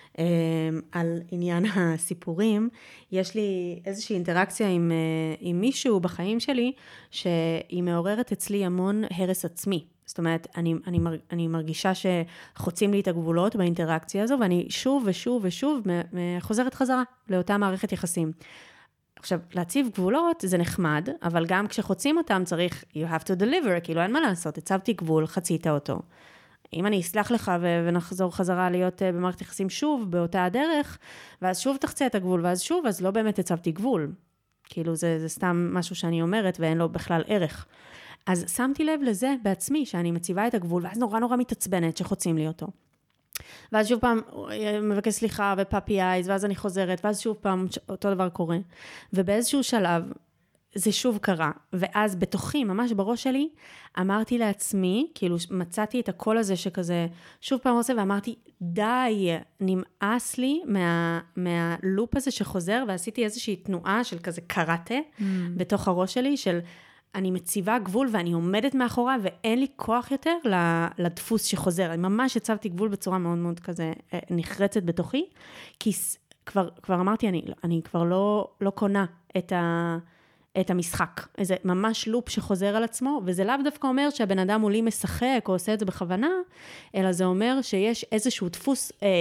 על עניין הסיפורים, יש לי איזושהי אינטראקציה עם, עם מישהו בחיים שלי, שהיא מעוררת אצלי המון הרס עצמי. זאת אומרת, אני, אני, אני מרגישה שחוצים לי את הגבולות באינטראקציה הזו, ואני שוב ושוב ושוב חוזרת חזרה לאותה מערכת יחסים. עכשיו, להציב גבולות זה נחמד, אבל גם כשחוצים אותם צריך, you have to deliver, כאילו אין מה לעשות, הצבתי גבול, חצית אותו. אם אני אסלח לך ו- ונחזור חזרה להיות uh, במערכת יחסים שוב, באותה הדרך, ואז שוב תחצה את הגבול, ואז שוב, אז לא באמת הצבתי גבול. כאילו זה, זה סתם משהו שאני אומרת, ואין לו בכלל ערך. אז שמתי לב לזה בעצמי, שאני מציבה את הגבול, ואז נורא נורא מתעצבנת שחוצים לי אותו. ואז שוב פעם מבקש סליחה ופאפי אייז, ואז אני חוזרת, ואז שוב פעם אותו דבר קורה. ובאיזשהו שלב, זה שוב קרה, ואז בתוכי, ממש בראש שלי, אמרתי לעצמי, כאילו מצאתי את הקול הזה שכזה, שוב פעם עושה, ואמרתי, די, נמאס לי מה, מהלופ הזה שחוזר, ועשיתי איזושהי תנועה של כזה קראטה, mm. בתוך הראש שלי, של אני מציבה גבול, ואני עומדת מאחורה, ואין לי כוח יותר לדפוס שחוזר. אני ממש הצבתי גבול בצורה מאוד מאוד כזה נחרצת בתוכי, כי כבר, כבר אמרתי, אני, אני כבר לא, לא קונה את ה... את המשחק. איזה ממש לופ שחוזר על עצמו, וזה לאו דווקא אומר שהבן אדם מולי משחק או עושה את זה בכוונה, אלא זה אומר שיש איזשהו דפוס אה,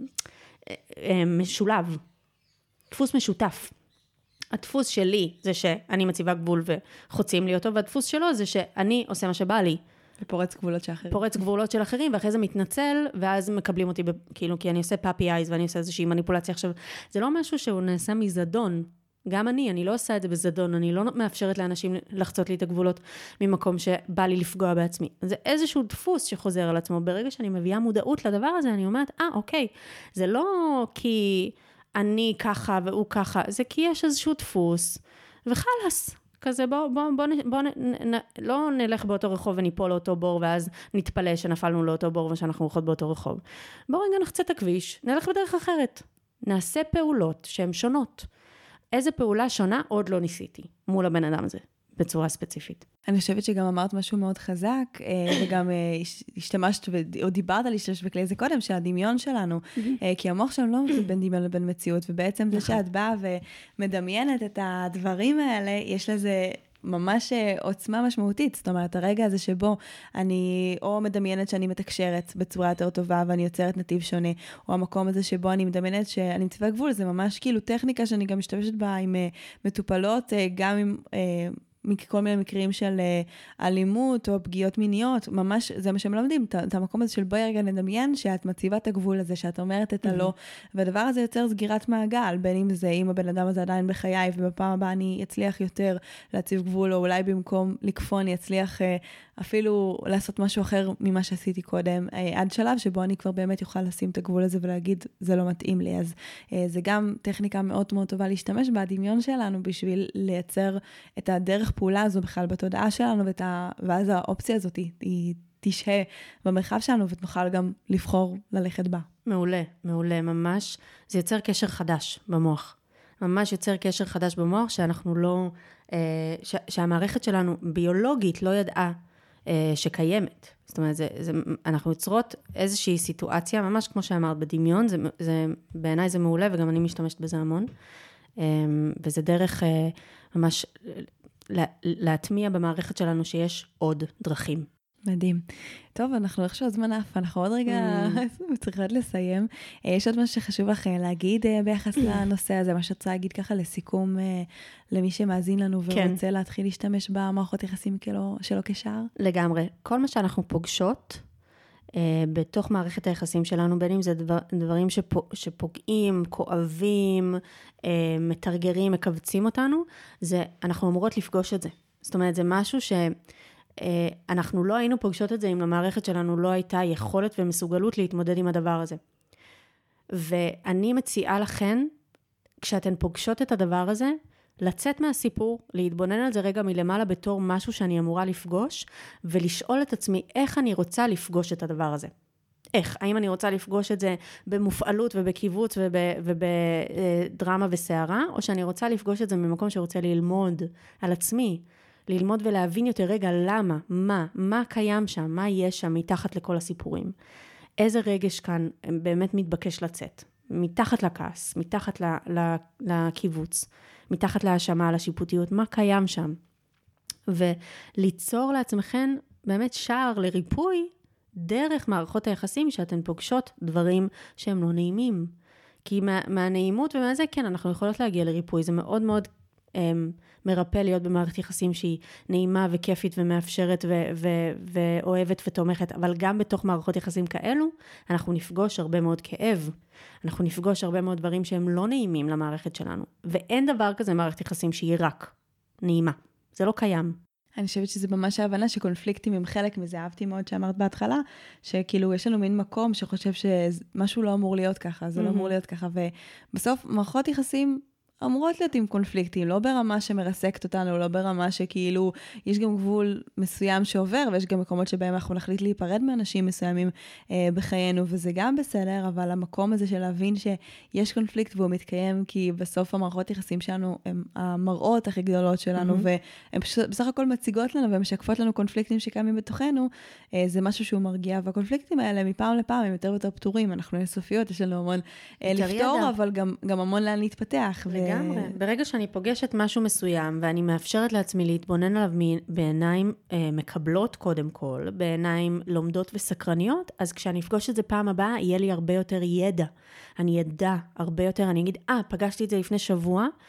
אה, משולב, דפוס משותף. הדפוס שלי זה שאני מציבה גבול וחוצים לי אותו, והדפוס שלו זה שאני עושה מה שבא לי. ופורץ גבולות של אחרים. פורץ גבולות של אחרים, ואחרי זה מתנצל, ואז מקבלים אותי, כאילו, כי אני עושה פאפי אייז, ואני עושה איזושהי מניפולציה. עכשיו, זה לא משהו שהוא נעשה מזדון, גם אני, אני לא עושה את זה בזדון, אני לא מאפשרת לאנשים לחצות לי את הגבולות ממקום שבא לי לפגוע בעצמי. זה איזשהו דפוס שחוזר על עצמו. ברגע שאני מביאה מודעות לדבר הזה, אני אומרת, אה, אוקיי, זה לא כי אני ככה והוא ככה, זה כי יש איזשהו דפוס, וחלס. כזה בוא, בוא, בוא, בוא נ, נ, לא נלך באותו רחוב וניפול לאותו בור, ואז נתפלא שנפלנו לאותו בור ושאנחנו הולכות באותו רחוב. בוא רגע נחצה את הכביש, נלך בדרך אחרת. נעשה פעולות שהן שונות. איזה פעולה שונה עוד לא ניסיתי מול הבן אדם הזה, בצורה ספציפית. אני חושבת שגם אמרת משהו מאוד חזק, וגם השתמשת, או דיברת על להשתמש בכלי זה קודם, של הדמיון שלנו, כי המוח שלנו לא מבדיל בין דמיון לבין מציאות, ובעצם זה שאת באה ומדמיינת את הדברים האלה, יש לזה ממש עוצמה משמעותית, זאת אומרת, הרגע הזה שבו אני או מדמיינת שאני מתקשרת בצורה יותר טובה, ואני יוצרת נתיב שונה, או המקום הזה שבו אני מדמיינת שאני מצווה גבול, זה ממש כאילו טכניקה שאני גם משתמשת בה עם מטופלות, גם עם כל מיני מקרים של אלימות או פגיעות מיניות, ממש זה מה שהם לומדים, את המקום הזה של בואי רגע נדמיין שאת מציבה את הגבול הזה, שאת אומרת את הלא, והדבר הזה יוצר סגירת מעגל, בין אם זה, אם הבן אדם הזה עדיין בחיי, ובפעם הבאה אני אצליח יותר להציב גבול, או אולי במקום לקפוא אני אצליח אפילו לעשות משהו אחר ממה שעשיתי קודם, עד שלב שבו אני כבר באמת יוכל לשים את הגבול הזה ולהגיד, זה לא מתאים לי, אז זה גם טכניקה מאוד מאוד טובה להשתמש בדמיון שלנו, בשביל לייצר את הדרך פעולה הזו בכלל בתודעה שלנו, וה... ואז האופציה הזאת היא, היא תשהה במרחב שלנו, ונוכל גם לבחור ללכת בה. מעולה, מעולה, ממש. זה יוצר קשר חדש במוח. ממש יוצר קשר חדש במוח, שאנחנו לא, ש... שהמערכת שלנו ביולוגית לא ידעה שקיימת. זאת אומרת, זה, זה, אנחנו יוצרות איזושהי סיטואציה, ממש כמו שאמרת, בדמיון, זה, זה, בעיניי זה מעולה, וגם אני משתמשת בזה המון. וזה דרך ממש להטמיע במערכת שלנו שיש עוד דרכים. מדהים. טוב, אנחנו עכשיו זמן אף, אנחנו עוד רגע צריכות לסיים. יש עוד משהו שחשוב לך להגיד ביחס לנושא הזה, מה שאת רוצה להגיד ככה לסיכום למי שמאזין לנו ורוצה להתחיל להשתמש במערכות יחסים שלו כשער? לגמרי. כל מה שאנחנו פוגשות בתוך מערכת היחסים שלנו, בין אם זה דבר, דברים שפוגעים, כואבים, מתרגרים, מקבצים אותנו, זה, אנחנו אמורות לפגוש את זה. זאת אומרת, זה משהו ש... אנחנו לא היינו פוגשות את זה אם למערכת שלנו לא הייתה יכולת ומסוגלות להתמודד עם הדבר הזה. ואני מציעה לכן, כשאתן פוגשות את הדבר הזה, לצאת מהסיפור, להתבונן על זה רגע מלמעלה בתור משהו שאני אמורה לפגוש, ולשאול את עצמי איך אני רוצה לפגוש את הדבר הזה. איך? האם אני רוצה לפגוש את זה במופעלות ובקיבוץ ובדרמה וסערה, או שאני רוצה לפגוש את זה ממקום שרוצה ללמוד על עצמי, ללמוד ולהבין יותר רגע למה, מה, מה קיים שם, מה יש שם מתחת לכל הסיפורים. איזה רגש כאן באמת מתבקש לצאת, מתחת לכעס, מתחת לקיבוץ, מתחת להאשמה, לשיפוטיות, מה קיים שם. וליצור לעצמכן באמת שער לריפוי, דרך מערכות היחסים שאתן פוגשות דברים שהם לא נעימים. כי מה, מהנעימות ומה זה, כן, אנחנו יכולות להגיע לריפוי, זה מאוד מאוד מרפא להיות במערכת יחסים שהיא נעימה וכיפית ומאפשרת ו- ו- ואוהבת ותומכת, אבל גם בתוך מערכות יחסים כאלו, אנחנו נפגוש הרבה מאוד כאב, אנחנו נפגוש הרבה מאוד דברים שהם לא נעימים למערכת שלנו, ואין דבר כזה מערכת יחסים שהיא רק נעימה, זה לא קיים. אני חושבת שזה ממש ההבנה שקונפליקטים הם חלק מזה, אהבתי מאוד שאמרת בהתחלה, שכאילו יש לנו מין מקום שחושב שמשהו לא אמור להיות ככה, זה לא אמור להיות ככה, ובסוף מערכות יחסים אמורות להיות עם קונפליקטים, לא ברמה שמרסקת אותנו, לא ברמה שכאילו יש גם גבול מסוים שעובר, ויש גם מקומות שבהם אנחנו נחליט להיפרד מאנשים מסוימים אה, בחיינו, וזה גם בסדר, אבל המקום הזה של להבין שיש קונפליקט והוא מתקיים, כי בסוף המערכות יחסים שלנו הם המראות הכי גדולות שלנו, mm-hmm. והן בסך הכל מציגות לנו ומשקפות לנו קונפליקטים שקיימים בתוכנו, אה, זה משהו שהוא מרגיע, והקונפליקטים האלה מפעם לפעם הם יותר ויותר פתורים, אנחנו אינסופיות, יש לנו המון אה, לפתור, ידע. אבל גם, גם המון לאן להתפתח. לגמרי. ברגע שאני פוגשת משהו מסוים, ואני מאפשרת לעצמי להתבונן עליו בעיניים אה, מקבלות קודם כל, בעיניים לומדות וסקרניות, אז כשאני אפגוש את זה פעם הבאה, יהיה לי הרבה יותר ידע. אני ידע הרבה יותר, אני אגיד, אה, פגשתי את זה לפני שבוע,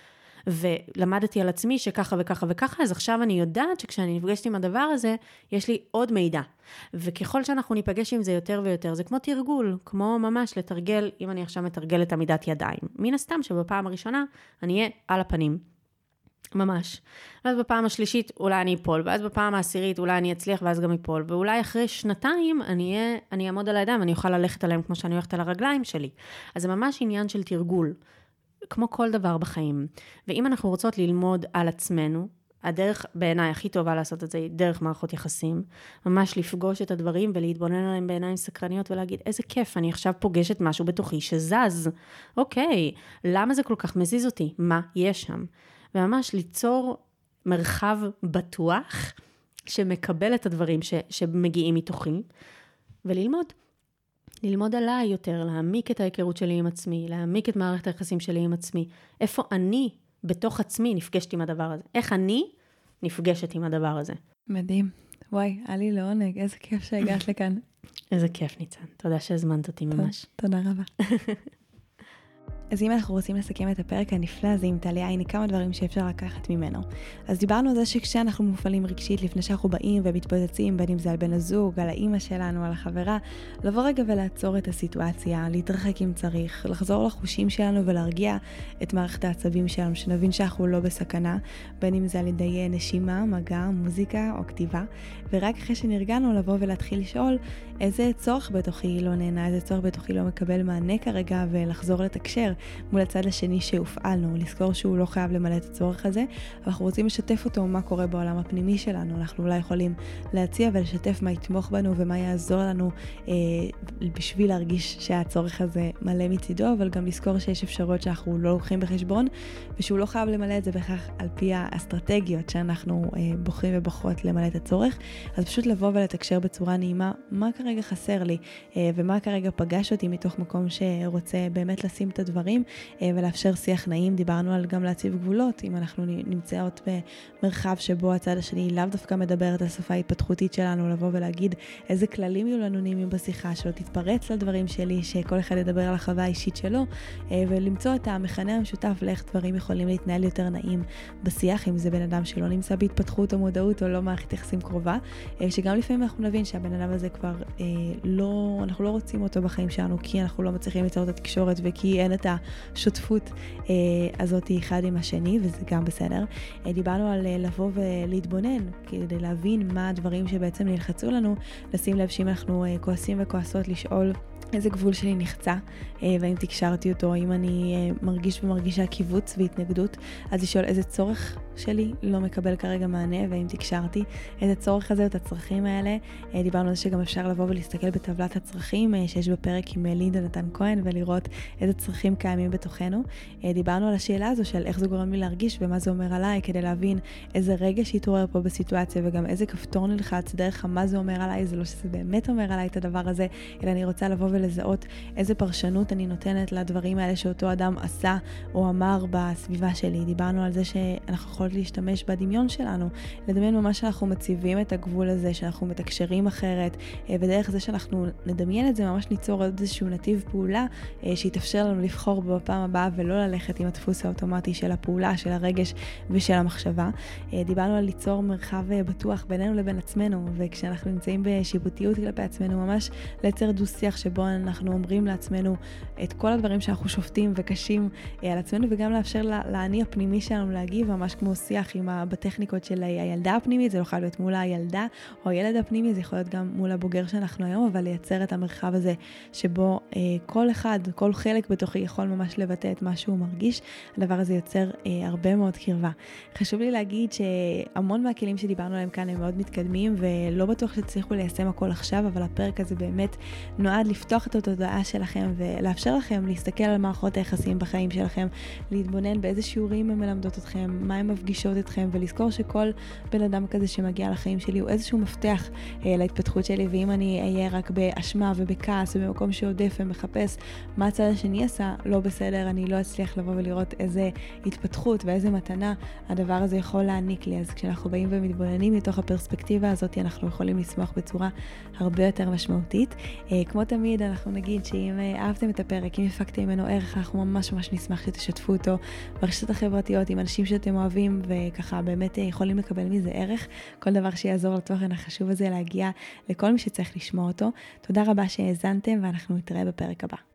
ולמדתי על עצמי שככה וככה וככה, אז עכשיו אני יודעת שכשאני נפגשת עם הדבר הזה, יש לי עוד מידע. וככל שאנחנו ניפגש עם זה יותר ויותר, זה כמו תרגול, כמו ממש לתרגל, אם אני עכשיו מתרגל את עמידת ידיים. מן הסתם שבפעם הראשונה אני אהיה על הפנים. ממש. ואז בפעם השלישית אולי אני אפול, ואז בפעם העשירית אולי אני אצליח ואז גם אפול, ואולי אחרי שנתיים אני, אהיה, אני אעמוד על הידיים, אני אוכל ללכת עליהם כמו שאני הולכת על הרגליים שלי. אז זה ממש עניין של תרגול, כמו כל דבר בחיים. ואם אנחנו רוצות ללמוד על עצמנו, הדרך בעיניי הכי טובה לעשות את זה היא דרך מערכות יחסים, ממש לפגוש את הדברים ולהתבונן עליהם בעיניים סקרניות ולהגיד, איזה כיף, אני עכשיו פוגשת משהו בתוכי שזז. אוקיי, למה זה כל כך מזיז אותי? מה יש שם? וממש ליצור מרחב בטוח שמקבל את הדברים ש, שמגיעים מתוכי, וללמוד. ללמוד עליי יותר, להעמיק את ההיכרות שלי עם עצמי, להעמיק את מערכת היחסים שלי עם עצמי. איפה אני בתוך עצמי נפגשת עם הדבר הזה? איך אני נפגשת עם הדבר הזה? מדהים. וואי, היה לי לעונג, איזה כיף שהגעת לכאן. איזה כיף, ניצן. תודה שהזמנת אותי ממש. תודה רבה. אז אם אנחנו רוצים לסכם את הפרק הנפלא הזה עם טליה, הנה כמה דברים שאפשר לקחת ממנו. אז דיברנו על זה שכשאנחנו מופעלים רגשית לפני שאנחנו באים ומתפוצצים, בין אם זה על בן הזוג, על האמא שלנו, על החברה, לבוא רגע ולעצור את הסיטואציה, להתרחק אם צריך, לחזור לחושים שלנו ולהרגיע את מערכת העצבים שלנו, שנבין שאנחנו לא בסכנה, בין אם זה על ידי נשימה, מגע, מוזיקה או כתיבה, ורק אחרי שנרגענו לבוא ולהתחיל לשאול איזה צורך בתוכי לא נהנה, איזה צורך בתוכי לא מקבל מענה כרגע, ולחזור לתקשר מול הצד השני שהופעלנו, לזכור שהוא לא חייב למלא את הצורך הזה, אנחנו רוצים לשתף אותו מה קורה בעולם הפנימי שלנו, אנחנו אולי יכולים להציע ולשתף מה יתמוך בנו ומה יעזור לנו אה, בשביל להרגיש שהצורך הזה מלא מצידו, אבל גם לזכור שיש אפשרויות שאנחנו לא לוקחים בחשבון, ושהוא לא חייב למלא את זה בכך על פי האסטרטגיות שאנחנו אה, בוחרים ובוחרות למלא את הצורך, אז פשוט לבוא ולתקשר בצורה נעימה, מה כרגע חסר לי, אה, ומה כרגע פגש אותי מתוך מקום שרוצה באמת לשים את הדברים, ולאפשר שיח נעים. דיברנו על גם להציב גבולות, אם אנחנו נמצאות במרחב שבו הצד השני לאו דווקא מדבר את השפה ההתפתחותית שלנו, לבוא ולהגיד איזה כללים יהיו לנו נעימים בשיחה, שלא תתפרץ לדברים שלי, שכל אחד ידבר על החווה האישית שלו, ולמצוא את המכנה המשותף לאיך דברים יכולים להתנהל יותר נעים בשיח, אם זה בן אדם שלא נמצא בהתפתחות או מודעות או לא מערכת יחסים קרובה, שגם לפעמים אנחנו נבין שהבן אדם הזה כבר לא, אנחנו לא רוצים אותו בחיים שלנו, כי אנחנו לא מצליחים ליצור את התקשורת וכי אין את השותפות אה, הזאת אחד עם השני, וזה גם בסדר. אה, דיברנו על אה, לבוא ולהתבונן, כדי להבין מה הדברים שבעצם נלחצו לנו, לשים לב שאם אנחנו אה, כועסים וכועסות, לשאול איזה גבול שלי נחצה, אה, והאם תקשרתי אותו, אם אני אה, מרגיש ומרגישה קיבוץ והתנגדות, אז לשאול איזה צורך שלי לא מקבל כרגע מענה, והאם תקשרתי את הצורך הזה, את הצרכים האלה. אה, דיברנו על זה שגם אפשר לבוא ולהסתכל בטבלת הצרכים אה, שיש בפרק עם לינדה נתן כהן, ולראות איזה צרכים קיימים בתוכנו. אה, דיברנו על השאלה הזו של איך זה גורם לי להרגיש ומה זה אומר עליי, כדי להבין איזה רגע שיתעורר פה בסיטואציה, וגם איזה כפתור נלחץ דרך מה זה אומר עליי. זה לא שזה באמת אומר עליי את הדבר הזה, אלא אני רוצה לבוא ולזהות איזה פרשנות אני נותנת לדברים האלה שאותו אדם עשה או אמר בסביבה שלי. דיברנו על זה שאנחנו יכולות להשתמש בדמיון שלנו, לדמיין ממש שאנחנו מציבים את הגבול הזה, שאנחנו מתקשרים אחרת, ודרך זה שאנחנו נדמיין את זה, ממש ניצור איזשהו נתיב פעולה שיתאפשר לנו לבחור בפעם הבאה ולא ללכת עם הדפוס האוטומטי של הפעולה, של הרגש ושל המחשבה. דיברנו על ליצור מרחב בטוח בינינו לבין עצמנו, וכשאנחנו נמצאים בשיפוטיות כלפי עצמנו, ממש לייצר דו שיח שבו אנחנו אומרים לעצמנו את כל הדברים שאנחנו שופטים וקשים על עצמנו, וגם לאפשר לעני הפנימי שלנו להגיב, ממש כמו שיח עם בטכניקות של הילדה הפנימית. זה לא יכול להיות מול הילדה או הילד הפנימי, זה יכול להיות גם מול הבוגר שאנחנו היום, אבל לייצר את המרחב הזה שבו אה, כל אחד, כל חלק בתוכי יכול ממש לבטא את מה שהוא מרגיש. הדבר הזה יוצר אה, הרבה מאוד קרבה. חשוב לי להגיד שהמון מהכלים שדיברנו עליהם כאן הם מאוד מתקדמים, ולא בטוח שתצליחו ליישם הכל עכשיו, אבל הפרק הזה באמת נועד לפתוח את התודעה שלכם ולאפשר לכם להסתכל על מערכות היחסים בחיים שלכם, להתבונן באיזה שיעורים הם מלמדות אתכם, מה הם מפגישות אתכם, ולזכור שכל בן אדם כזה שמגיע לחיים שלי הוא איזשהו מפתח אה, להתפתחות שלי, ואם אני אהיה רק באשמה ובכעס ובמקום שעודף ומחפש מה הצד השני עשה, לא לא בסדר, אני לא אצליח לבוא ולראות איזה התפתחות ואיזה מתנה הדבר הזה יכול להעניק לי. אז כשאנחנו באים ומתבוננים מתוך הפרספקטיבה הזאת, אנחנו יכולים לשמוח בצורה הרבה יותר משמעותית. כמו תמיד, אנחנו נגיד שאם אהבתם את הפרק, אם הפקתם ממנו ערך, אנחנו ממש ממש נשמח שתשתפו אותו ברשתות החברתיות עם אנשים שאתם אוהבים, וככה באמת יכולים לקבל מזה ערך. כל דבר שיעזור לתוכן החשוב הזה להגיע לכל מי שצריך לשמוע אותו. תודה רבה שהאזנתם, ואנחנו נתראה בפרק הבא.